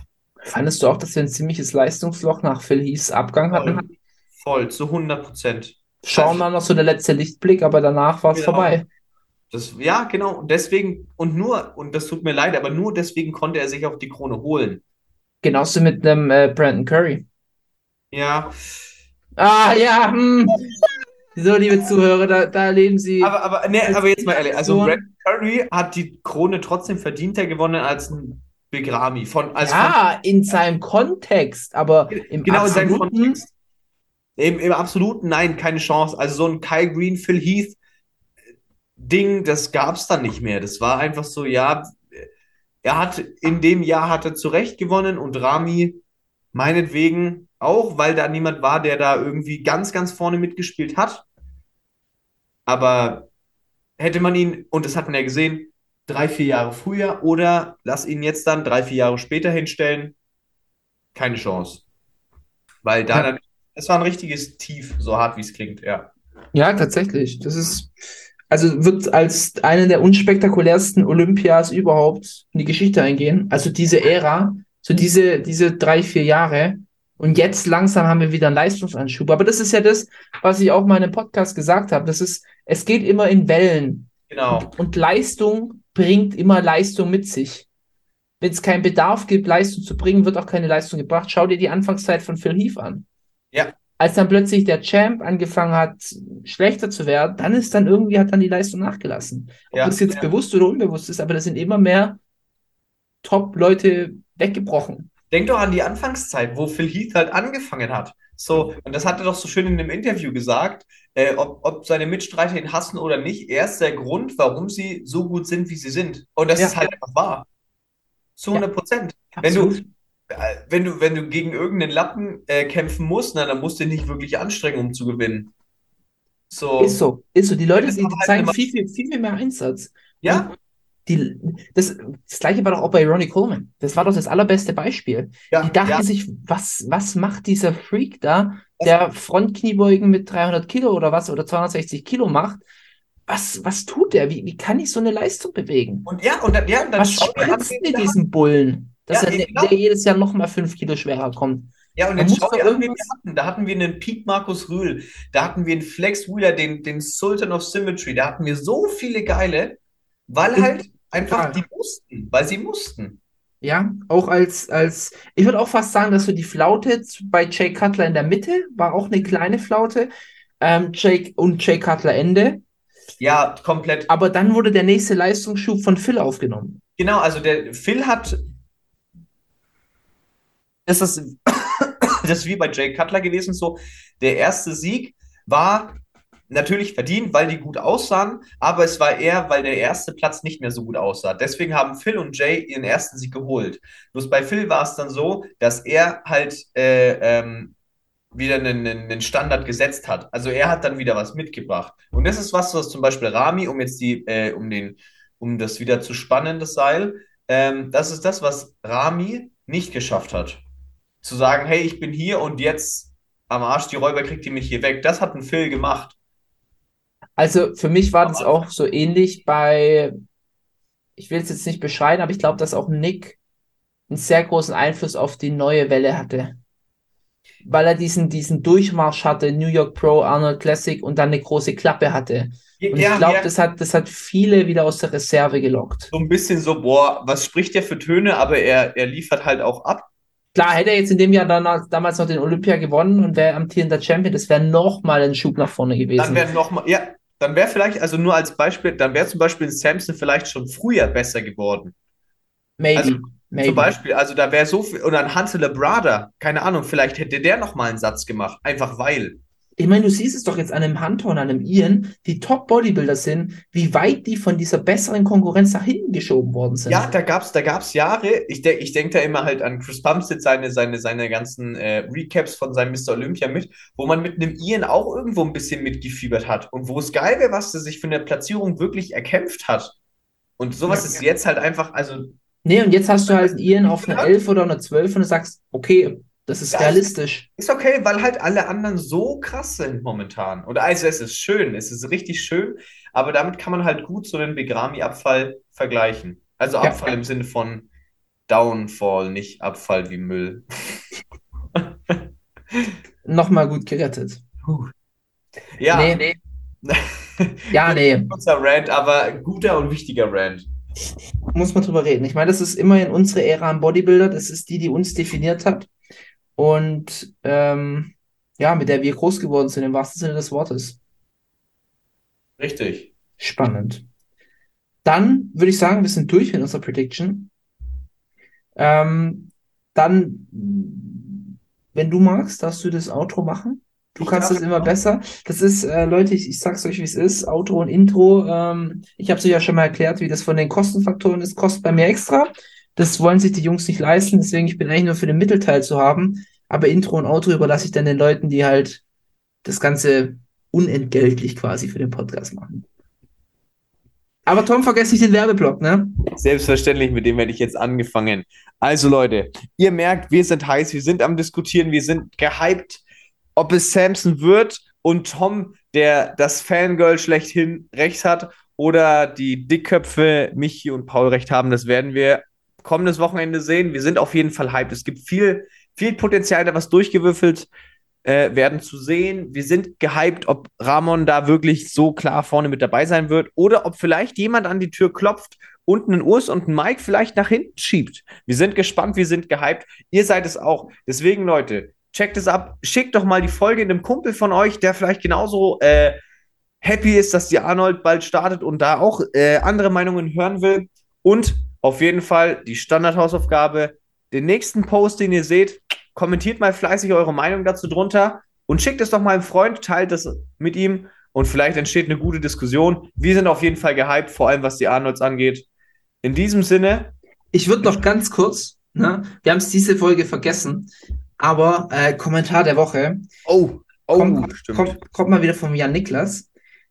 Fandest du auch, dass wir ein ziemliches Leistungsloch nach Phil Heaths Abgang hatten? Voll, voll, zu hundert Prozent. Schauen wir noch so der letzte Lichtblick, aber danach war es Genau. vorbei. Das, ja, genau. Und deswegen, und nur, und das tut mir leid, aber nur deswegen konnte er sich auf die Krone holen. Genauso mit einem äh, Brandon Curry. Ja, Ah ja, hm. So, liebe Zuhörer, da, da erleben Sie. aber, aber, ne, aber jetzt mal ehrlich, also So- Brandon Curry hat die Krone trotzdem verdienter gewonnen als ein Big Ramy. Von, als Ja, in seinem Kontext, aber von, im genau in seinem absoluten, Kontext. Im, Im absoluten, nein, keine Chance. Also so ein Kai Green, Phil Heath Ding, das gab es dann nicht mehr. Das war einfach so, ja, er hat in dem Jahr hat er zu Recht gewonnen und Ramy meinetwegen auch, weil da niemand war, der da irgendwie ganz, ganz vorne mitgespielt hat. Aber hätte man ihn, und das hat man ja gesehen, drei, vier Jahre früher oder lass ihn jetzt dann drei, vier Jahre später hinstellen, keine Chance. Weil da Ja. dann, es war ein richtiges Tief, so hart wie es klingt, ja. Ja, tatsächlich. Das ist, also wird als eine der unspektakulärsten Olympias überhaupt in die Geschichte eingehen. Also diese Ära, so diese, diese drei, vier Jahre. Und jetzt langsam haben wir wieder einen Leistungsanschub. Aber das ist ja das, was ich auch mal in einem Podcast gesagt habe. Das ist, es geht immer in Wellen. Genau. Und Leistung bringt immer Leistung mit sich. Wenn es keinen Bedarf gibt, Leistung zu bringen, wird auch keine Leistung gebracht. Schau dir die Anfangszeit von Phil Heath an. Ja. Als dann plötzlich der Champ angefangen hat, schlechter zu werden, dann ist dann irgendwie, hat dann die Leistung nachgelassen. Ob Ja, das jetzt ja. bewusst oder unbewusst ist, aber da sind immer mehr Top-Leute weggebrochen. Denk doch an die Anfangszeit, wo Phil Heath halt angefangen hat. So, und das hat er doch so schön in dem Interview gesagt, äh, ob, ob seine Mitstreiter ihn hassen oder nicht, er ist der Grund, warum sie so gut sind, wie sie sind. Und das Ja. ist halt einfach wahr. Zu Ja. hundert Prozent. Wenn du, Absolut. äh, wenn du, wenn du gegen irgendeinen Lappen äh, kämpfen musst, na, dann musst du dich nicht wirklich anstrengen, um zu gewinnen. So, Ist so, ist so. Die Leute, Das die, ist die halt zeigen immer- viel, viel, viel, viel mehr Einsatz. ja, Und die, das, das gleiche war doch auch bei Ronnie Coleman. Das war doch das allerbeste Beispiel. ja, Die dachten ja. sich, was, was macht dieser Freak da, der Frontkniebeugen mit dreihundert Kilo oder was oder zweihundertsechzig Kilo macht? Was, was tut der? Wie, wie kann ich so eine Leistung bewegen? Und ja, und dann, ja, und dann Was schau dir an, spritzt wen mit wir diesem Bullen, dass Ja, er ja, der, genau. der jedes Jahr nochmal fünf Kilo schwerer kommt? Ja, und Man jetzt muss schau doch dir an, wen wir irgendwas- hatten. Da hatten wir einen Pete Markus Rühl, da hatten wir einen Flex Wheeler, den, den Sultan of Symmetry, da hatten wir so viele geile, weil halt einfach Total. die mussten, weil sie mussten. Ja, auch als, als, ich würde auch fast sagen, dass so die Flaute z- bei Jay Cutler in der Mitte war auch eine kleine Flaute, ähm, Jake und Jay Cutler Ende, Ja, komplett. aber dann wurde der nächste Leistungsschub von Phil aufgenommen. Genau, also der Phil hat, das ist, das ist wie bei Jay Cutler gewesen, so, der erste Sieg war natürlich verdient, weil die gut aussahen, aber es war eher, weil der erste Platz nicht mehr so gut aussah. Deswegen haben Phil und Jay ihren ersten Sieg geholt. Bloß bei Phil war es dann so, dass er halt äh, ähm, wieder einen, einen Standard gesetzt hat. Also er hat dann wieder was mitgebracht. Und das ist was, was zum Beispiel Ramy, um jetzt die, äh, um den, um das wieder zu spannen, das Seil, ähm, das ist das, was Ramy nicht geschafft hat. Zu sagen, hey, ich bin hier und jetzt am Arsch, die Räuber kriegt ihr mich hier weg. Das hat ein Phil gemacht. Also für mich war das auch so ähnlich bei, ich will es jetzt nicht beschreiben, aber ich glaube, dass auch Nick einen sehr großen Einfluss auf die neue Welle hatte. Weil er diesen, diesen Durchmarsch hatte, New York Pro, Arnold Classic und dann eine große Klappe hatte. Und ich glaube, das hat, das hat viele wieder aus der Reserve gelockt. So ein bisschen so, boah, was spricht der für Töne, aber er, er liefert halt auch ab. Klar, hätte er jetzt in dem Jahr dann, damals noch den Olympia gewonnen und wäre amtierender Champion, das wäre nochmal ein Schub nach vorne gewesen. Dann wäre nochmal, ja, dann wäre vielleicht, also nur als Beispiel, dann wäre zum Beispiel ein Samson vielleicht schon früher besser geworden. Maybe, Also, maybe. Zum Beispiel, also da wäre so viel, oder ein Hansel Labrada, keine Ahnung, vielleicht hätte der nochmal einen Satz gemacht, einfach weil. Ich meine, du siehst es doch jetzt an einem Hunter und an einem Ian, die Top-Bodybuilder sind, wie weit die von dieser besseren Konkurrenz nach hinten geschoben worden sind. Ja, da gab's, da gab's Jahre, ich, de ich denke da immer halt an Chris Bumstead, seine, seine, seine ganzen äh, Recaps von seinem Mister Olympia mit, wo man mit einem Ian auch irgendwo ein bisschen mitgefiebert hat und wo es geil wäre, was der sich für eine Platzierung wirklich erkämpft hat. Und sowas Ja. ist jetzt halt einfach, also Nee, und jetzt hast du halt einen Ian auf einer elf oder einer zwölf und du sagst, okay, das ist Ja, realistisch. ist okay, weil halt alle anderen so krass sind momentan. Und also es ist schön, es ist richtig schön, aber damit kann man halt gut so den Big Ramy-Abfall vergleichen. Also Ja. Abfall im Sinne von Downfall, nicht Abfall wie Müll. Nochmal gut gerettet. Ja, Nee, nee. Ja, nee. Kurzer Rant, aber guter und wichtiger Rant. Muss man drüber reden. Ich meine, das ist immerhin unsere Ära am Bodybuilder. Das ist die, die uns definiert hat. Und ähm, ja, mit der wir groß geworden sind, im wahrsten Sinne des Wortes. Richtig. Spannend. Dann würde ich sagen, wir sind durch mit unserer Prediction. Ähm, dann, wenn du magst, darfst du das Outro machen. Du Ich kannst darf das immer machen. besser. Das ist, äh, Leute, ich, ich sag's euch, wie es ist. Outro und Intro. Ähm, ich habe es euch ja schon mal erklärt, wie das von den Kostenfaktoren ist. Kostet bei mir extra. Das wollen sich die Jungs nicht leisten. Deswegen, ich bin eigentlich nur für den Mittelteil zu haben. Aber Intro und Outro überlasse ich dann den Leuten, die halt das Ganze unentgeltlich quasi für den Podcast machen. Aber Tom, vergesst nicht den Werbeblock, ne? Selbstverständlich, mit dem werde ich jetzt angefangen. Also Leute, ihr merkt, wir sind heiß, wir sind am Diskutieren, wir sind gehypt, ob es Samson wird und Tom, der das Fangirl schlechthin recht hat, oder die Dickköpfe Michi und Paul recht haben, das werden wir kommendes Wochenende sehen. Wir sind auf jeden Fall hyped. Es gibt viel, viel Potenzial, da was durchgewürfelt äh, werden zu sehen. Wir sind gehypt, ob Ramon da wirklich so klar vorne mit dabei sein wird oder ob vielleicht jemand an die Tür klopft und einen Urs und einen Mike vielleicht nach hinten schiebt. Wir sind gespannt, wir sind gehypt. Ihr seid es auch. Deswegen, Leute, checkt es ab. Schickt doch mal die Folge einem Kumpel von euch, der vielleicht genauso äh, happy ist, dass die Arnold bald startet und da auch äh, andere Meinungen hören will. Und auf jeden Fall die Standardhausaufgabe, den nächsten Post, den ihr seht, kommentiert mal fleißig eure Meinung dazu drunter und schickt es doch mal einem Freund, teilt es mit ihm und vielleicht entsteht eine gute Diskussion. Wir sind auf jeden Fall gehypt, vor allem was die Arnolds angeht. In diesem Sinne. Ich würde noch ganz kurz, ne, wir haben es diese Folge vergessen, aber äh, Kommentar der Woche. Oh, oh, kommt, stimmt. Kommt, kommt mal wieder von Jan Niklas.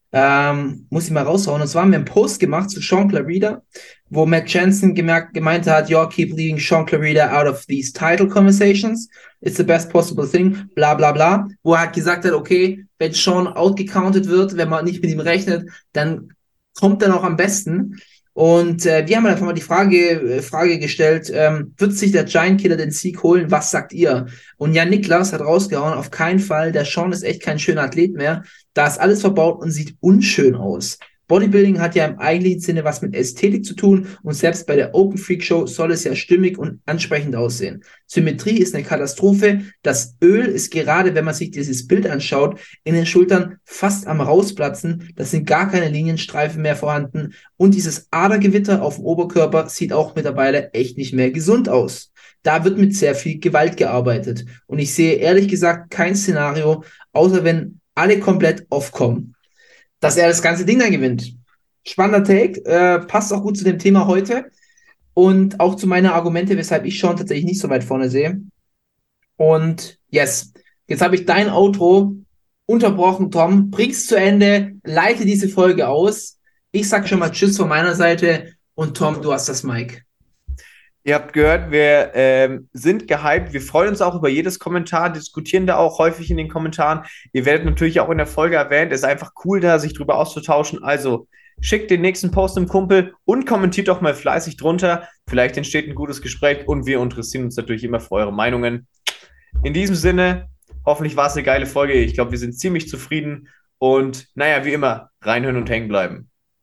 Ähm, muss ich mal raushauen. Und zwar haben wir einen Post gemacht zu Sean Clarida, wo Matt Jensen gemerkt, gemeint hat, yo, keep leaving Sean Clarida out of these title conversations. It's the best possible thing, bla bla bla. Wo er halt gesagt hat, okay, wenn Sean outgecountet wird, wenn man nicht mit ihm rechnet, dann kommt er noch am besten. Und äh, wir haben einfach mal die Frage, äh, Frage gestellt, ähm, wird sich der Giant Killer den Sieg holen? Was sagt ihr? Und Jan Niklas hat rausgehauen, auf keinen Fall, der Sean ist echt kein schöner Athlet mehr. Da ist alles verbaut und sieht unschön aus. Bodybuilding hat ja im eigentlichen Sinne was mit Ästhetik zu tun und selbst bei der Open Freak Show soll es ja stimmig und ansprechend aussehen. Symmetrie ist eine Katastrophe. Das Öl ist gerade, wenn man sich dieses Bild anschaut, in den Schultern fast am rausplatzen. Da sind gar keine Linienstreifen mehr vorhanden und dieses Adergewitter auf dem Oberkörper sieht auch mittlerweile echt nicht mehr gesund aus. Da wird mit sehr viel Gewalt gearbeitet und ich sehe ehrlich gesagt kein Szenario, außer wenn alle komplett aufkommen, dass er das ganze Ding dann gewinnt. Spannender Take, äh, passt auch gut zu dem Thema heute und auch zu meinen Argumente, weshalb ich Sean tatsächlich nicht so weit vorne sehe. Und yes, jetzt habe ich dein Outro unterbrochen, Tom. Bring's zu Ende, leite diese Folge aus. Ich sag schon mal Tschüss von meiner Seite und Tom, du hast das Mic. Ihr habt gehört, wir ähm, sind gehypt. Wir freuen uns auch über jedes Kommentar, diskutieren da auch häufig in den Kommentaren. Ihr werdet natürlich auch in der Folge erwähnt. Es ist einfach cool, da sich drüber auszutauschen. Also schickt den nächsten Post im Kumpel und kommentiert doch mal fleißig drunter. Vielleicht entsteht ein gutes Gespräch und wir interessieren uns natürlich immer für eure Meinungen. In diesem Sinne, hoffentlich war es eine geile Folge. Ich glaube, wir sind ziemlich zufrieden und naja, wie immer, reinhören und hängen bleiben.